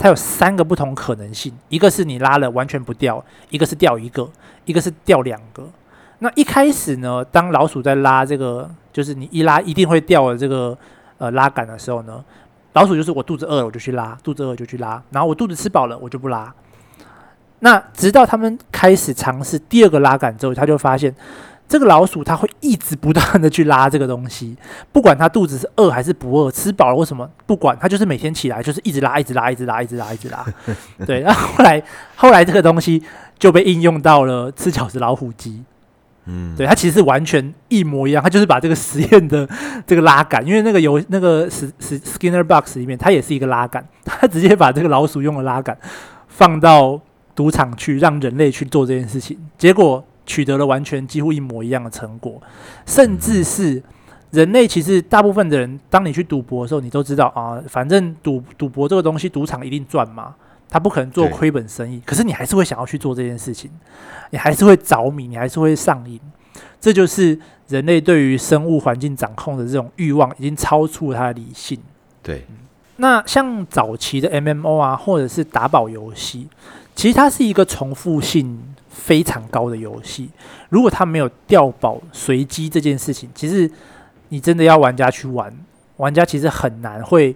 3个不同可能性，一个是你拉了完全不掉，一个是掉一个，一个是掉2个。那一开始呢，当老鼠在拉这个，就是你一拉一定会掉的这个拉杆的时候呢，老鼠就是我肚子饿了我就去拉，肚子饿了就去拉，然后我肚子吃饱了我就不拉。那直到他们开始尝试第2个拉杆之后，他就发现这个老鼠它会一直不断的去拉这个东西，不管它肚子是饿还是不饿，吃饱了或什么，不管，它就是每天起来就是一直拉，一直拉，一直拉，一直拉，一直拉。对，然后后来这个东西就被应用到了吃饺子老虎机。对，它其实是完全一模一样，它就是把这个实验的这个拉杆，因为那个Skinner Box 里面它也是一个拉杆，它直接把这个老鼠用的拉杆放到赌场去，让人类去做这件事情，结果取得了完全几乎一模一样的成果，甚至是人类其实大部分的人，当你去赌博的时候，你都知道反正赌博这个东西，赌场一定赚嘛，他不可能做亏本生意，可是你还是会想要去做这件事情，你还是会着迷，你还是会上瘾。这就是人类对于生物环境掌控的这种欲望，已经超出了它的理性。 对， 那像早期的 MMO 或者是打宝游戏，其实它是一个重复性非常高的游戏。如果它没有掉宝随机这件事情，其实你真的要玩家去玩，玩家其实很难会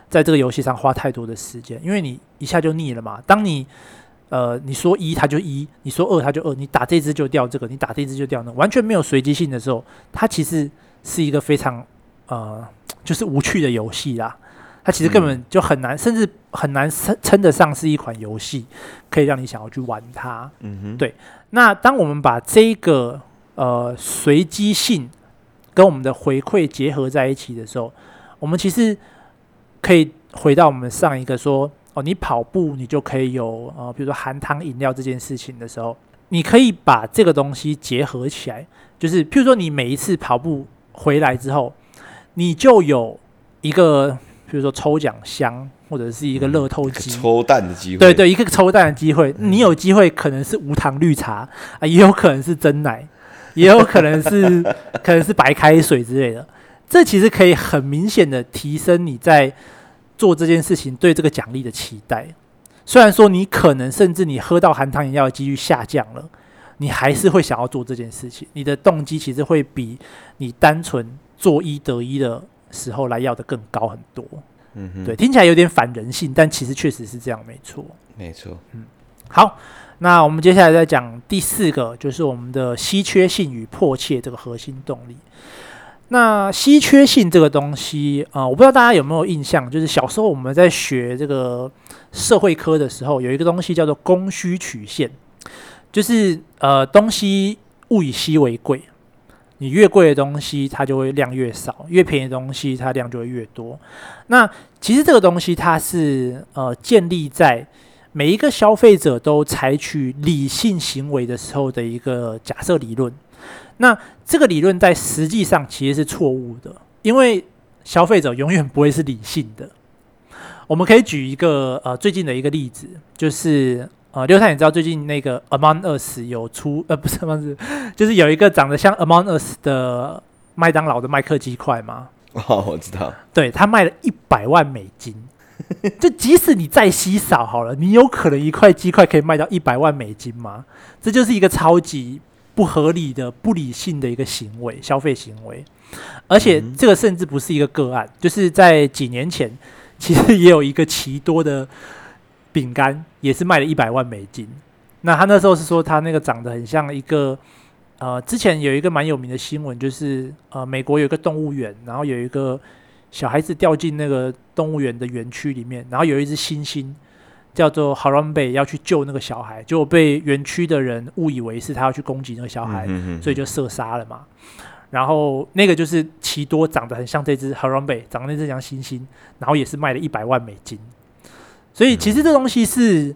在这个游戏上花太多的时间，因为你一下就腻了嘛。当你说一它就一，你说二它就二，你打这只就掉这个，你打这只就掉那个，完全没有随机性的时候，它其实是一个非常就是无趣的游戏啦。它其实根本就很难，甚至很难称得上是一款游戏，可以让你想要去玩它。对。那当我们把这个随机性跟我们的回馈结合在一起的时候，我们其实可以回到我们上一个说，你跑步你就可以有比如说含糖饮料这件事情的时候，你可以把这个东西结合起来，就是譬如说你每一次跑步回来之后，你就有一个比如说抽奖箱或者是一个乐透机， 抽蛋的机会， 对，一个抽蛋的机会，你有机会可能是无糖绿茶也有可能是真奶，也有可能是白开水之类的。这其实可以很明显的提升你在做这件事情对这个奖励的期待。虽然说你可能甚至你喝到含糖饮料的几率下降了，你还是会想要做这件事情。你的动机其实会比你单纯做一得一的时候来要的更高很多。对，听起来有点反人性，但其实确实是这样，没错。好，那我们接下来再讲第4个，就是我们的稀缺性与迫切这个核心动力。那稀缺性这个东西我不知道大家有没有印象，就是小时候我们在学这个社会科的时候，有一个东西叫做供需曲线，就是东西物以稀为贵，你越贵的东西它就会量越少，越便宜的东西它量就会越多。那其实这个东西它是建立在每一个消费者都采取理性行为的时候的一个假设理论。那这个理论在实际上其实是错误的，因为消费者永远不会是理性的。我们可以举一个最近的一个例子，就是刘太，你知道最近那个 Among Us 有出不是 Among Us， 就是有一个长得像 Among Us 的麦当劳的麦克鸡块吗？ 我知道。 对，他卖了$100万。就即使你再稀少好了，你有可能一块鸡块可以卖到$100万吗？这就是一个超级不合理的、不理性的一个行为，消费行为。而且这个甚至不是一个个案，就是在几年前，其实也有一个奇多的饼干，也是卖了$100万。那他那时候是说他那个长得很像一个之前有一个蛮有名的新闻，就是美国有一个动物园，然后有一个小孩子掉进那个动物园的园区里面，然后有一只猩猩叫做 Harambe 要去救那个小孩，结果被园区的人误以为是他要去攻击那个小孩，所以就射杀了嘛。然后那个就是奇多长得很像这只 Harambe， 长得那只像猩猩，然后也是卖了$100万。所以其实这东西是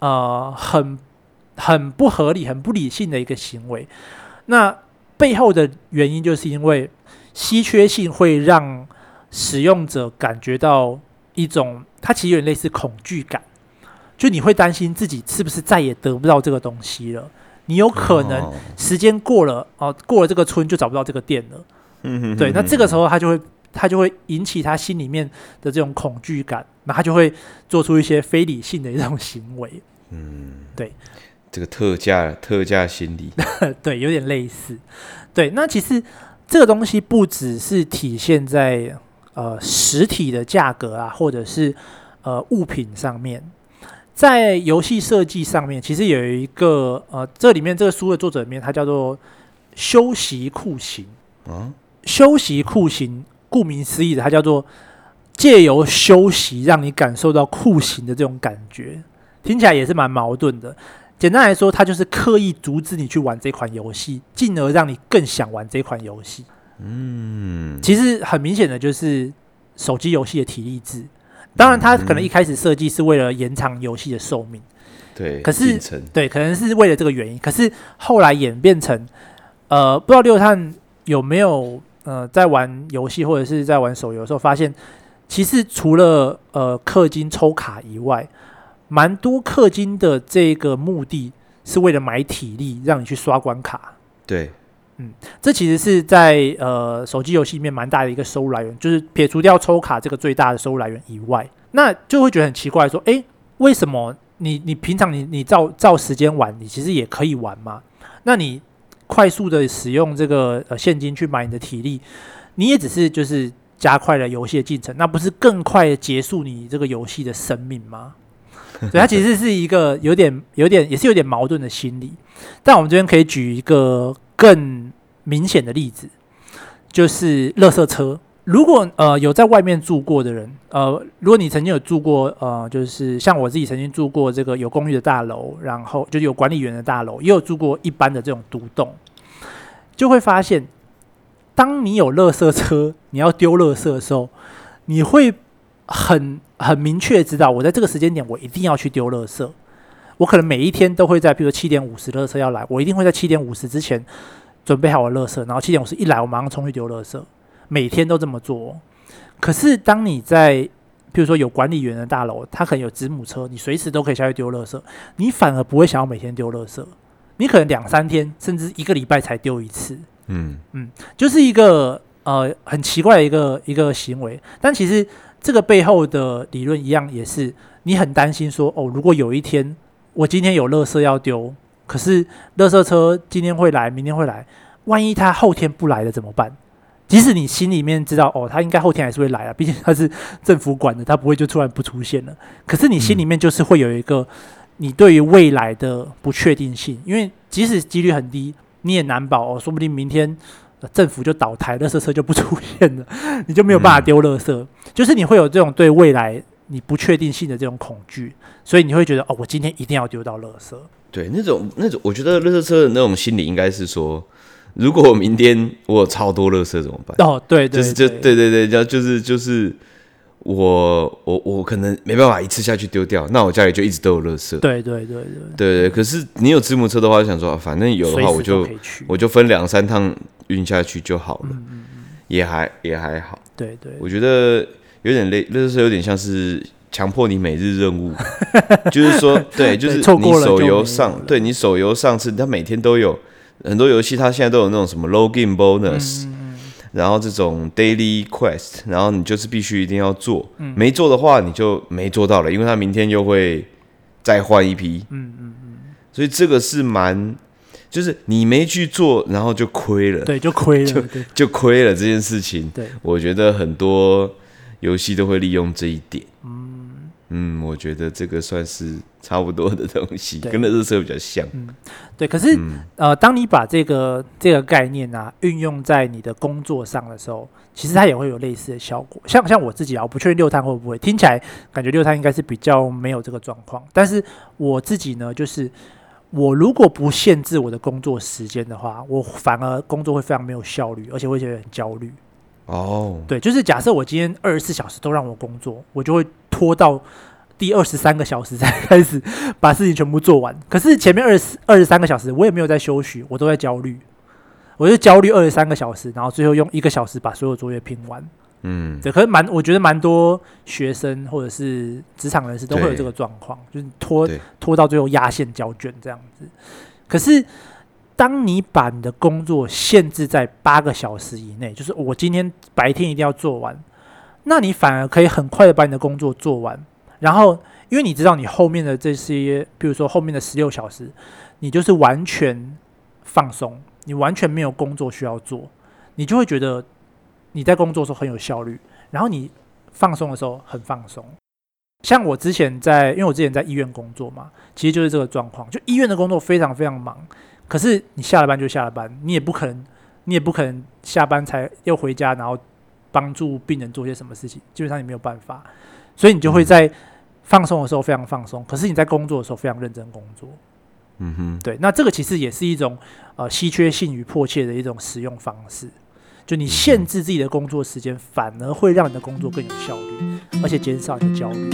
很不合理、很不理性的一个行为。那背后的原因就是因为稀缺性会让使用者感觉到一种，它其实有点类似恐惧感，就你会担心自己是不是再也得不到这个东西了。你有可能时间过了过了这个村就找不到这个店了。对，那这个时候他就会引起他心里面的这种恐惧感，那他就会做出一些非理性的一种行为。对， 这个特价心理， 对，有点类似。对，那其实这个东西不只是体现在实体的价格啊，或者是物品上面。在游戏设计上面，其实有一个这里面这个书的作者里面，他叫做修习酷刑。修习酷刑，顾名思义的，它叫做借由修习让你感受到酷刑的这种感觉，听起来也是蛮矛盾的。简单来说，它就是刻意阻止你去玩这款游戏，进而让你更想玩这款游戏。其实很明显的就是手机游戏的体力制。当然，它可能一开始设计是为了延长游戏的寿命， 对， 可是对，可能是为了这个原因。可是后来演变成，不知道六探有没有在玩游戏或者是在玩手游的时候，发现其实除了氪金抽卡以外，蛮多氪金的这个目的是为了买体力，让你去刷关卡。 对。 这其实是在手机游戏里面蛮大的一个收入来源，就是撇除掉抽卡这个最大的收入来源以外，那就会觉得很奇怪，说，为什么你平常你照时间玩，你其实也可以玩嘛？那你快速的使用这个现金去买你的体力，你也只是就是加快了游戏的进程，那不是更快的结束你这个游戏的生命吗？所以它其实是一个也是有点矛盾的心理。但我们这边可以举一个更明显的例子，就是垃圾车。如果有在外面住过的人，如果你曾经有住过就是像我自己曾经住过这个有公寓的大楼，然后就是有管理员的大楼，也有住过一般的这种独栋，就会发现，当你有垃圾车，你要丢垃圾的时候，你会很明确知道，我在这个时间点我一定要去丢垃圾。我可能每一天都会在，比如说7点50垃圾要来，我一定会在7点50之前准备好我的垃圾，然后7点50一来，我马上冲去丢垃圾。每天都这么做哦。可是当你在，比如说有管理员的大楼，它可能有子母车，你随时都可以下去丢垃圾，你反而不会想要每天丢垃圾，你可能2-3天甚至1个礼拜才丢一次。就是一个很奇怪的一个行为。但其实这个背后的理论一样，也是你很担心说，如果有一天我今天有垃圾要丢，可是垃圾车今天会来，明天会来，万一他后天不来了怎么办？即使你心里面知道他应该后天还是会来啊，毕竟他是政府管的，他不会就突然不出现了。可是你心里面就是会有一个你对于未来的不确定性，因为即使几率很低，你也难保说不定明天政府就倒台，垃圾车就不出现了，你就没有办法丢垃圾。就是你会有这种对未来你不确定性的这种恐惧，所以你会觉得我今天一定要丢到垃圾。 对，那种，我觉得垃圾车的那种心理应该是说，如果我明天我有超多垃圾怎么办？ 对， 就是我可能没办法一次下去丢掉，那我家里就一直都有垃圾。对。可是你有子母车的话，就想说反正有的话我就分2-3趟运下去就好了，也还好。对，我觉得有点累，垃圾车有点像是强迫你每日任务，就是说，对，就是你手游上，对你手游上次，它每天都有很多游戏，它现在都有那种什么 login bonus，然后这种 daily quest， 然后你就是必须一定要做，没做的话你就没做到了，因为它明天又会再换一批，所以这个是就是你没去做，然后就亏了， 对，就亏了， 就亏了这件事情。对，我觉得很多游戏都会利用这一点。我觉得这个算是差不多的东西，跟垃圾车比较像。 对，可是当你把这个概念运用在你的工作上的时候，其实它也会有类似的效果。像我自己我不确定6碳会不会，听起来感觉6碳应该是比较没有这个状况。但是我自己呢，就是我如果不限制我的工作时间的话，我反而工作会非常没有效率，而且会觉得很焦虑。对，就是假设我今天24小时都让我工作，我就会拖到第23个小时才开始把事情全部做完。可是前面23个小时我也没有在休息，我都在焦虑，我就焦虑23个小时，然后最后用1个小时把所有作业拼完。对，可是我觉得蛮多学生或者是职场人士都会有这个状况，就是拖到最后压线交卷这样子。可是当你把你的工作限制在8个小时以内，就是我今天白天一定要做完，那你反而可以很快的把你的工作做完。然后因为你知道你后面的这些，比如说后面的16小时，你就是完全放松，你完全没有工作需要做，你就会觉得你在工作的时候很有效率，然后你放松的时候很放松。像我之前因为我之前在医院工作嘛，其实就是这个状况，就医院的工作非常非常忙。可是你下了班就下了班，你也不可能下班才又回家，然后帮助病人做些什么事情，基本上你没有办法，所以你就会在放松的时候非常放松，可是你在工作的时候非常认真工作。对，那这个其实也是一种稀缺性与迫切的一种使用方式，就你限制自己的工作时间，反而会让你的工作更有效率，而且减少你的焦虑。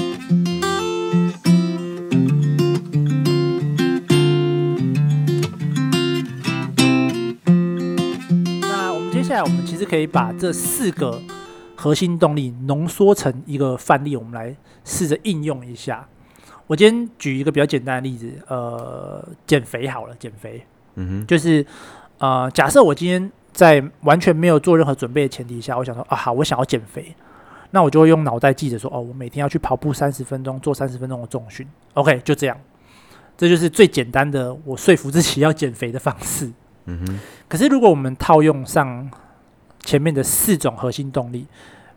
接下来我们其实可以把这4个核心动力浓缩成一个范例，我们来试着应用一下。我今天举一个比较简单的例子，减肥好了，减肥，就是假设我今天在完全没有做任何准备的前提下，我想说好，我想要减肥，那我就会用脑袋记着说，我每天要去跑步30分钟，做30分钟的重训 ，OK， 就这样，这就是最简单的我说服自己要减肥的方式。可是如果我们套用上前面的4种核心动力，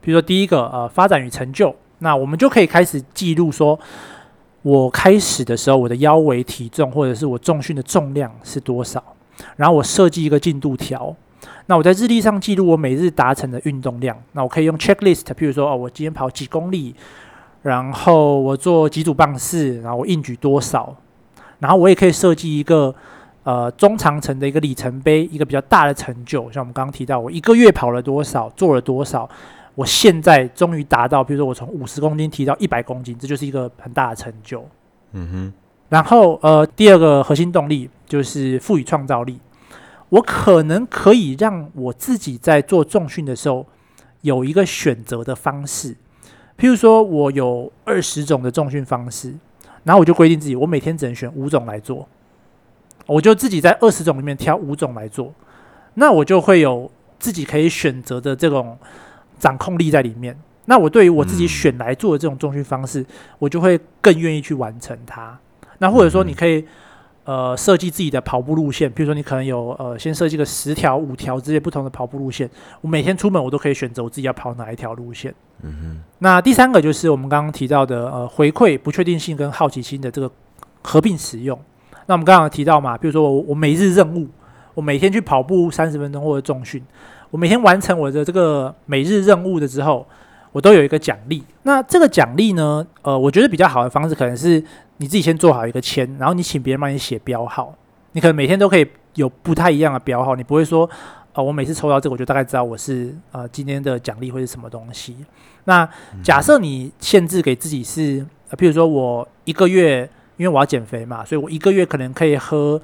比如说第一个发展与成就，那我们就可以开始记录说，我开始的时候我的腰围、体重或者是我重训的重量是多少，然后我设计一个进度条。那我在日历上记录我每日达成的运动量，那我可以用 checklist， 譬如说我今天跑几公里，然后我做几组棒式，然后我硬举多少，然后我也可以设计一个中长程的一个里程碑，一个比较大的成就，像我们刚刚提到我1个月跑了多少，做了多少，我现在终于达到，比如说我从50公斤提到100公斤，这就是一个很大的成就。然后第二个核心动力就是赋予创造力。我可能可以让我自己在做重训的时候有一个选择的方式，譬如说我有20种的重训方式，然后我就规定自己我每天只能选5种来做，我就自己在20种里面挑5种来做，那我就会有自己可以选择的这种掌控力在里面。那我对于我自己选来做的这种重训方式，我就会更愿意去完成它。那或者说你可以设计自己的跑步路线，比如说你可能有先设计个10条、5条之类不同的跑步路线，我每天出门我都可以选择我自己要跑哪一条路线。那第三个就是我们刚刚提到的回馈、不确定性跟好奇心的这个合并使用。那我们刚刚提到嘛，比如说我每日任务，我每天去跑步30分钟或者重训，我每天完成我的这个每日任务的之后，我都有一个奖励。那这个奖励呢，我觉得比较好的方式可能是你自己先做好一个签，然后你请别人帮你写标号，你可能每天都可以有不太一样的标号，你不会说我每次抽到这个我就大概知道我是今天的奖励会是什么东西。那假设你限制给自己是譬如说我1个月，因为我要减肥嘛，所以我1个月可能可以喝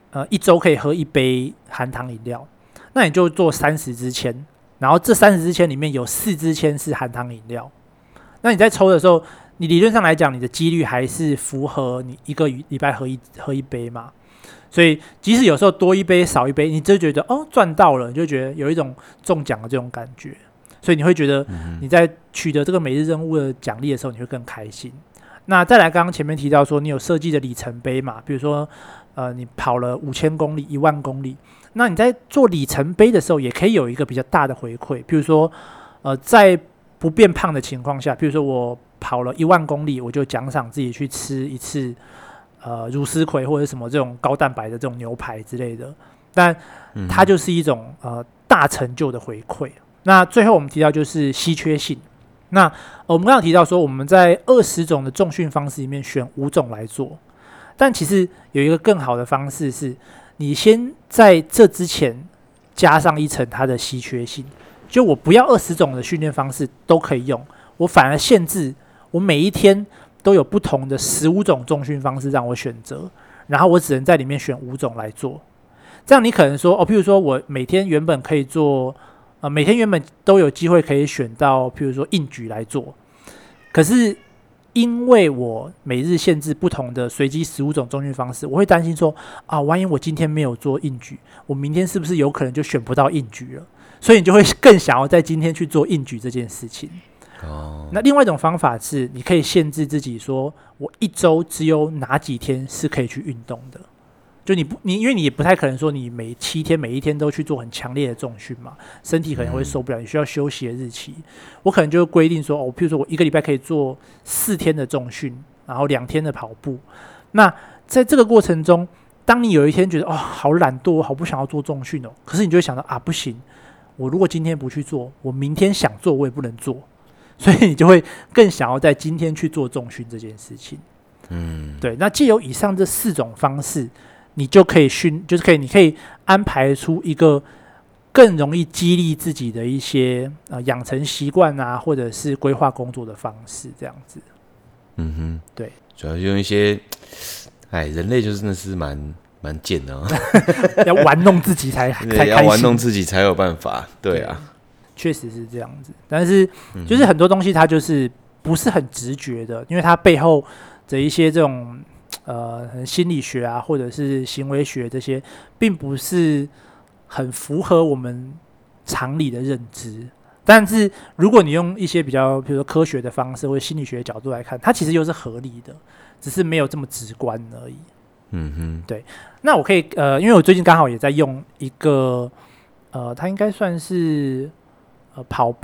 1周可以喝1杯含糖饮料，那你就做30支签，然后这30支签里面有4支签是含糖饮料，那你在抽的时候，你理论上来讲，你的几率还是符合你1个礼拜喝一杯嘛。所以即使有时候多1杯少1杯，你就觉得赚到了，你就觉得有一种中奖的这种感觉，所以你会觉得你在取得这个每日任务的奖励的时候，你会更开心。那再来，刚刚前面提到说你有设计的里程碑嘛，比如说你跑了5000公里、10000公里，那你在做里程碑的时候，也可以有一个比较大的回馈，比如说在不变胖的情况下，比如说我跑了10000公里，我就奖赏自己去吃一次乳丝葵或者什么这种高蛋白的这种牛排之类的，但它就是一种大成就的回馈。那最后我们提到就是稀缺性。那我们刚刚提到说我们在20种的重训方式里面选5种来做，但其实有一个更好的方式是，你先在这之前加上一层它的稀缺性，就我不要20种的训练方式都可以用，我反而限制我每一天都有不同的15种重训方式让我选择，然后我只能在里面选5种来做。这样你可能说譬如说我每天原本可以做每天原本都有机会可以选到譬如说硬举来做，可是因为我每日限制不同的随机15种重训方式，我会担心说万一我今天没有做硬举，我明天是不是有可能就选不到硬举了，所以你就会更想要在今天去做硬举这件事情。那另外一种方法是你可以限制自己说我1周只有哪几天是可以去运动的，就你因为你也不太可能说你每7天每一天都去做很强烈的重训嘛，身体可能会受不了，你需要休息的日期。我可能就规定说譬如说我1个礼拜可以做4天的重训，然后2天的跑步。那在这个过程中，当你有一天觉得好懒惰，好不想要做重训可是你就会想到不行，我如果今天不去做，我明天想做我也不能做，所以你就会更想要在今天去做重训这件事情。对。那藉由以上这4种方式，你就可以你可以安排出一个更容易激励自己的一些养成习惯啊，或者是规划工作的方式，这样子。对， 主要用一些，人类就真的是蛮贱的要玩弄自己才开心， 要玩弄自己才有办法。对啊， 确实是这样子。但是就是很多东西它就是不是很直觉的，因为它背后的一些这种心理学啊，或者是行为学这些，并不是很符合我们常理的认知。但是如果你用一些比较比如说科学的方式或者心理学的角度来看，它其实又是合理的，只是没有这么直观而已。对。那我可以因为我最近刚好也在用一个它应该算是跑步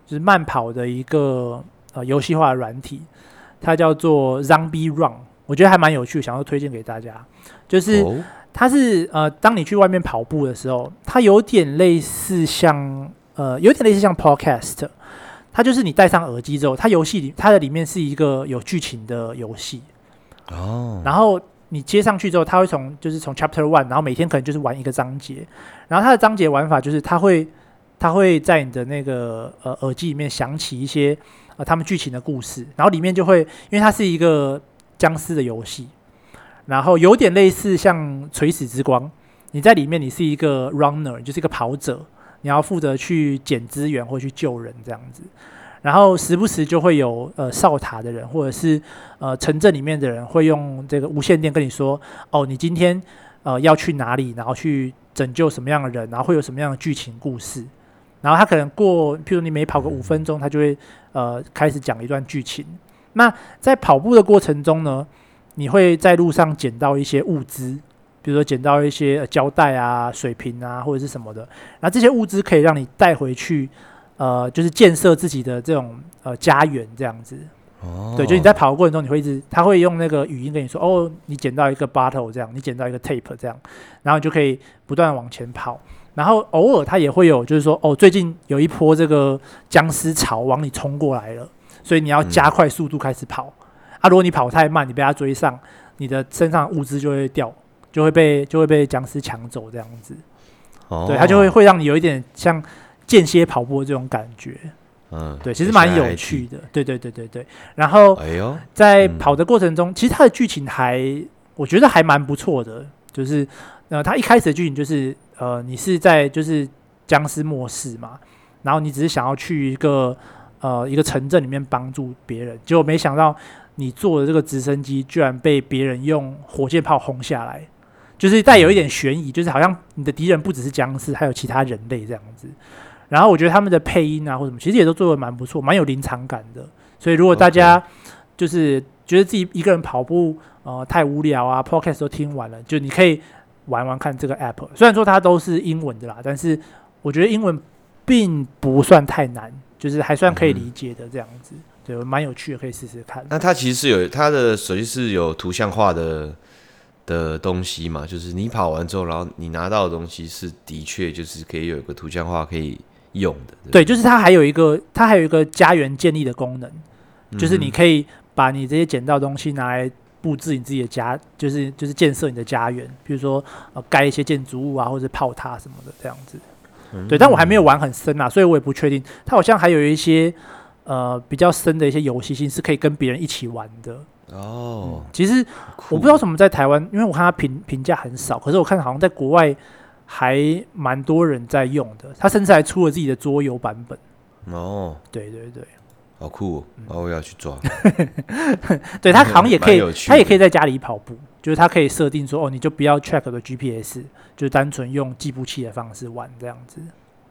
就是慢跑的一个游戏化的软体，它叫做 Zombie Run， 我觉得还蛮有趣，想要推荐给大家。就是它是当你去外面跑步的时候，它有点类似像Podcast。它就是你戴上耳机之后，它的里面是一个有剧情的游戏，然后你接上去之后，它会从 Chapter 1，然后每天可能就是玩一个章节，然后它的章节玩法就是它会在你的那个耳机里面响起一些他们剧情的故事，然后里面就会，因为它是一个僵尸的游戏，然后有点类似像垂死之光，你在里面你是一个 runner， 就是一个跑者。你要负责去捡资源或去救人这样子，然后时不时就会有哨塔的人或者是城镇里面的人会用这个无线电跟你说，哦，你今天要去哪里，然后去拯救什么样的人，然后会有什么样的剧情故事，然后他可能譬如你每跑个5分钟，他就会开始讲一段剧情。那在跑步的过程中呢，你会在路上捡到一些物资。比如说捡到一些胶带啊、水瓶啊，或者是什么的，然后这些物资可以让你带回去，就是建设自己的这种家园这样子。对，就你在跑的过程中，他会用那个语音跟你说，哦，你捡到一个 bottle 这样，你捡到一个 tape 这样，然后你就可以不断往前跑。然后偶尔他也会有，就是说，哦，最近有一波这个僵尸潮往你冲过来了，所以你要加快速度开始跑。如果你跑太慢，你被他追上，你的身上的物资就会掉。就会被僵尸抢走这样子，对，它就会让你有一点像间歇跑步的这种感觉，对，其实蛮有趣的，对。然后在跑的过程中，其实它的剧情我觉得还蛮不错的，就是它一开始的剧情就是你是在就是僵尸末世嘛，然后你只是想要去一个城镇里面帮助别人，结果没想到你坐的这个直升机居然被别人用火箭炮轰下来。就是带有一点悬疑，就是好像你的敌人不只是僵尸，还有其他人类这样子。然后我觉得他们的配音啊或什么，其实也都做得蛮不错，蛮有临场感的。所以如果大家就是觉得自己一个人跑步太无聊啊 ，podcast 都听完了，就你可以玩玩看这个 app。虽然说它都是英文的啦，但是我觉得英文并不算太难，就是还算可以理解的这样子。对，蛮有趣的，可以试试看。 那它其实是它的手机是有图像化的东西嘛，就是你跑完之后，然后你拿到的东西是的确就是可以有一个图像化可以用的。 对，就是它还有一个家园建立的功能，就是你可以把你这些捡到的东西拿来布置你自己的家，就是建设你的家园，比如说盖一些建筑物啊，或者炮塔什么的这样子。对，但我还没有玩很深啊，所以我也不确定。它好像还有一些比较深的一些游戏性是可以跟别人一起玩的。其实我不知道为什么在台湾，因为我看它评价很少，可是我看好像在国外还蛮多人在用的，他甚至还出了自己的桌游版本。对， 好酷我要去抓。 对，他好像也可以，他也可以在家里跑步，就是他可以设定说，你就不要 track 的 GPS， 就单纯用计步器的方式玩这样子。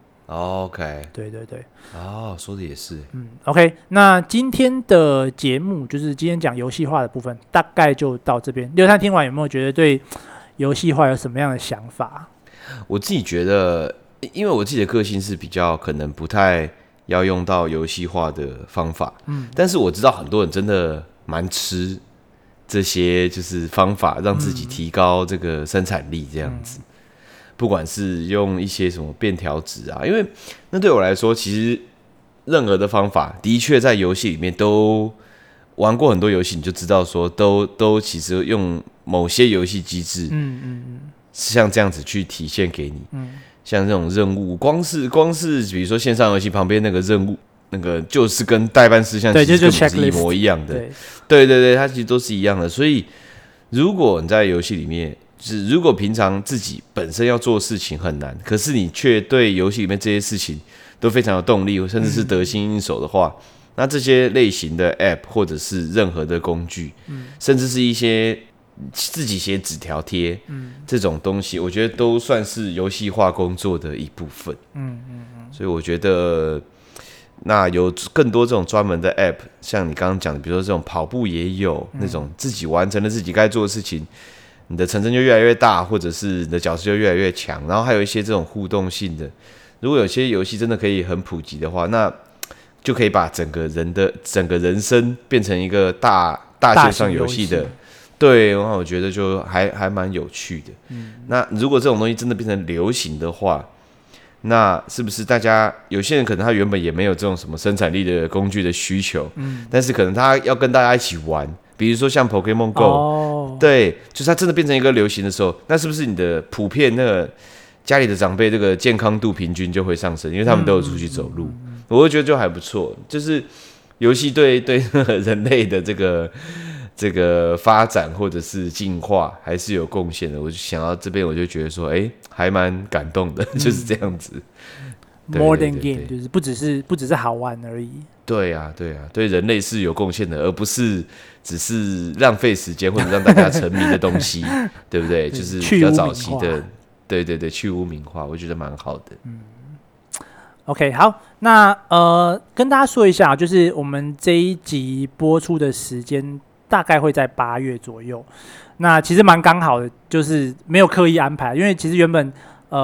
OK， 对， 说的也是。 OK， 那今天的节目就是今天讲游戏化的部分，大概就到这边。刘探听完有没有觉得对游戏化有什么样的想法？ 我自己觉得，因为我自己的个性是比较可能不太要用到游戏化的方法，但是我知道很多人真的蛮吃这些就是方法，让自己提高这个生产力这样子。不管是用一些什么便条纸啊，因为那对我来说，其实任何的方法的确在游戏里面都玩过很多游戏，你就知道说都其实用某些游戏机制，像这样子去体现给你，像这种任务，光是比如说线上游戏旁边那个任务，那个就是跟代办事项其实根本是一模一样的，对，它其实都是一样的。所以如果你在游戏里面，如果平常自己本身要做的事情很难，可是你却对游戏里面这些事情都非常有动力，甚至是得心应手的话，那这些类型的 App 或者是任何的工具，甚至是一些自己写纸条贴，这种东西，我觉得都算是游戏化工作的一部分。所以我觉得，那有更多这种专门的 App， 像你刚刚讲的，比如说这种跑步也有那种自己完成了自己该做的事情。你的城镇就越来越大，或者是你的角色就越来越强，然后还有一些这种互动性的。如果有些游戏真的可以很普及的话，那就可以把整个人生变成一个大线上游戏的。对，然后我觉得就还蛮有趣的。那如果这种东西真的变成流行的话，那是不是大家有些人可能他原本也没有这种什么生产力的工具的需求，但是可能他要跟大家一起玩，比如说像 Pokemon Go，对，就是它真的变成一个流行的时候，那是不是你的普遍那个家里的长辈这个健康度平均就会上升，因为他们都有出去走路，我会觉得就还不错，就是游戏对人类的这个发展或者是进化还是有贡献的。我就想到这边，我就觉得说，还蛮感动的，就是这样子。 More than game， 就是不只是好玩而已。 对啊，对人类是有贡献的，而不是只是浪费时间或者让大家沉迷的东西，对不对？就是比较早期的，对，去污名化，我觉得蛮好的。 OK， 好，那跟大家说一下，就是我们这一集播出的时间大概会在8月左右。那其实蛮刚好的，就是没有刻意安排，因为其实原本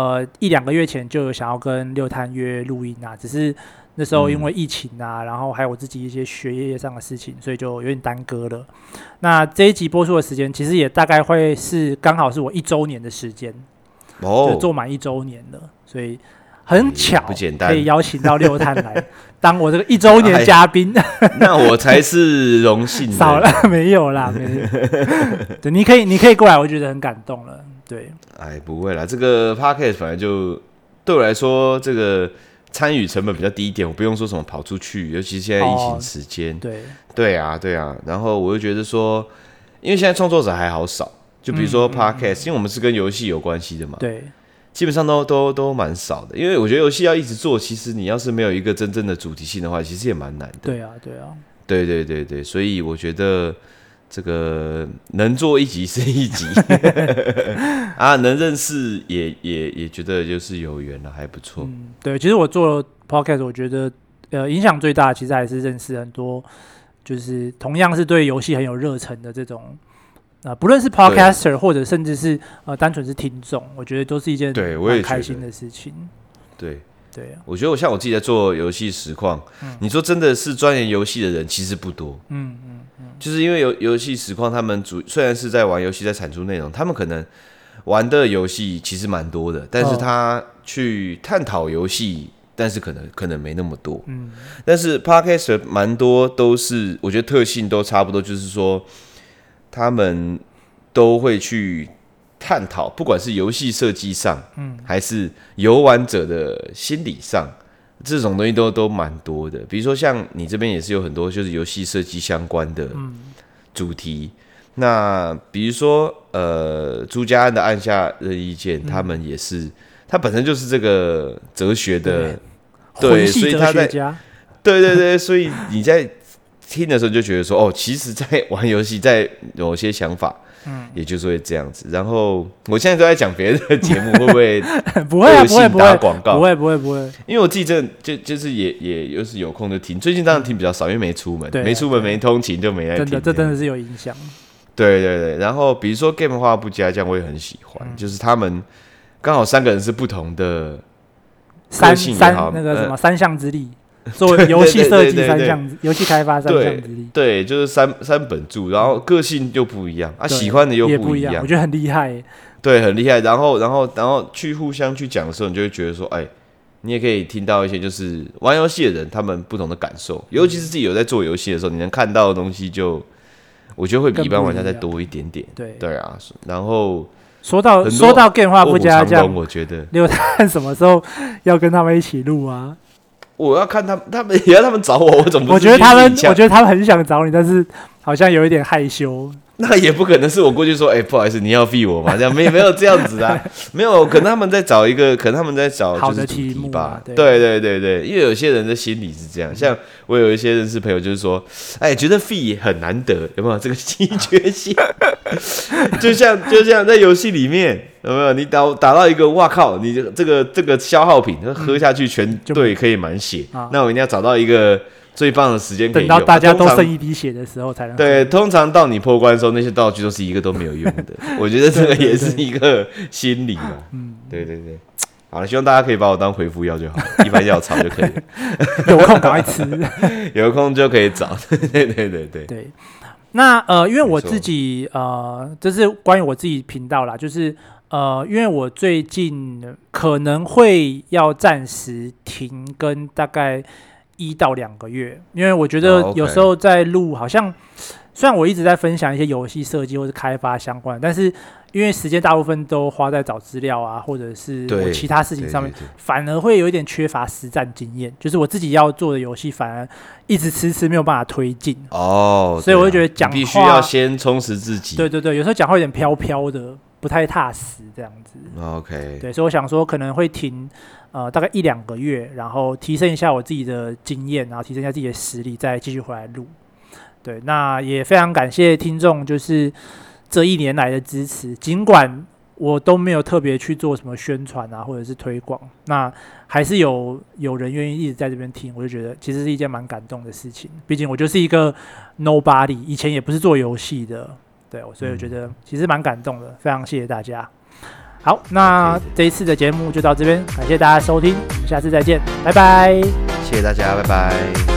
1-2个月前就有想要跟六探约录音啊，只是那时候因为疫情啊，然后还有我自己一些学业上的事情，所以就有点耽搁了。那这一集播出的时间，其实也大概会是刚好是我1周年的时间，就做满1周年了，所以很巧可以邀請到六探来当我这个1周年嘉宾。 那我才是荣幸的。 少了没有啦，没有。对，你可以过来，我觉得很感动了。对， 不会啦，这个 podcast 本来就对我来说，这个参与成本比较低一点，我不用说什么跑出去，尤其是现在疫情时间。对啊。然后我就觉得说，因为现在创作者还好少，就比如说 podcast，因为我们是跟游戏有关系的嘛。 对。 基本上都蛮少的，因为我觉得游戏要一直做，其实你要是没有一个真正的主题性的话，其实也蛮难的。 对啊。 对，所以我觉得这个能做一集是一集啊，能认识也觉得就是有缘了，还不错。 对，其实我做 podcast， 我觉得影响最大的其实还是认识很多，就是同样是对游戏很有热忱的这种。不论是 podcaster 或者甚至是单纯是听众，我觉得都是一件蛮开心的事情。 对，我觉得像我自己在做游戏实况，你说真的是钻研游戏的人其实不多。就是因为游戏实况他们虽然是在玩游戏，在产出内容，他们可能玩的游戏其实蛮多的，但是他去探讨游戏，但是可能没那么多。但是 podcaster 蛮多都是，我觉得特性都差不多，就是说。他们都会去探讨，不管是游戏设计上，还是游玩者的心理上，这种东西都蛮多的。比如说像你这边也是有很多就是游戏设计相关的主题。那比如说朱家安的按下任意键，他们也是，他本身就是这个哲学的，对，所以他在对，所以你在。听的时候就觉得说，其实，在玩游戏，在某些想法，也就是会这样子。然后我现在都在讲别的节目，会不会不会打广告？ 不会， 因为我自己真的就是也又是有空就听，最近当然听比较少，因为没出门，没通勤就没来听。 这真的是有影响。 对。然后比如说 Game 话不加酱，我也很喜欢，就是他们刚好3个人是不同的个性也好， 那个什么3项之力。作为游戏设计3项，游戏开发3项之力， 对，就是三本柱，然后个性又不一样喜欢的又不一样， 我觉得很厉害。 对，很厉害。然后去互相去讲的时候，你就会觉得说，你也可以听到一些就是玩游戏的人他们不同的感受，尤其是自己有在做游戏的时候，你能看到的东西我觉得会比一般玩家再多一点点。对啊，然后说到 Game 话不加酱， 我觉得六探什么时候要跟他们一起录啊？ 我要看他们也要他们找我，我怎么？ 我觉得他们很想找你，但是好像有一点害羞。 那也不可能是我过去说，不好意思，你要 feed 我嘛？这样没有这样子啊，没有，可能他们在找就是主题吧。对，因为有些人的心理是这样，像我有一些认识朋友就是说，觉得 feed 很难得，有没有这个稀缺性？就像在游戏里面，有没有你打到一个，哇靠，你这个消耗品喝下去全队可以满血，那我一定要找到一个。最棒的时间可以用， 等到大家都剩一滴血的时候才能。 对，通常到你破关的时候，那些道具都是一个都没有用的。我觉得这个也是一个心理嘛。对。 好了，希望大家可以把我当回复药就好，一般药草就可以了。 有空赶快吃， 有空就可以找。对。 那因为我自己这是关于我自己频道啦，就是因为我最近可能会要暂时停更大概1到2个月，因为我觉得有时候在录好像。虽然我一直在分享一些游戏设计或是开发相关，但是因为时间大部分都花在找资料啊，或者是我其他事情上面，反而会有一点缺乏实战经验。就是我自己要做的游戏，反而一直迟迟没有办法推进。所以我就觉得讲话必须要先充实自己。 对，有时候讲话有点飘飘的，不太踏实这样子。对，所以我想说可能会停大概1、2个月，然后提升一下我自己的经验，然后提升一下自己的实力，再继续回来录。对，那也非常感谢听众，就是这1年来的支持。尽管我都没有特别去做什么宣传啊，或者是推广，那还是有人愿意一直在这边听，我就觉得其实是一件蛮感动的事情。毕竟我就是一个 nobody， 以前也不是做游戏的，对，所以我觉得其实蛮感动的。非常谢谢大家。好，那这一次的节目就到这边，感谢大家收听，我们下次再见，拜拜。 谢谢大家，拜拜。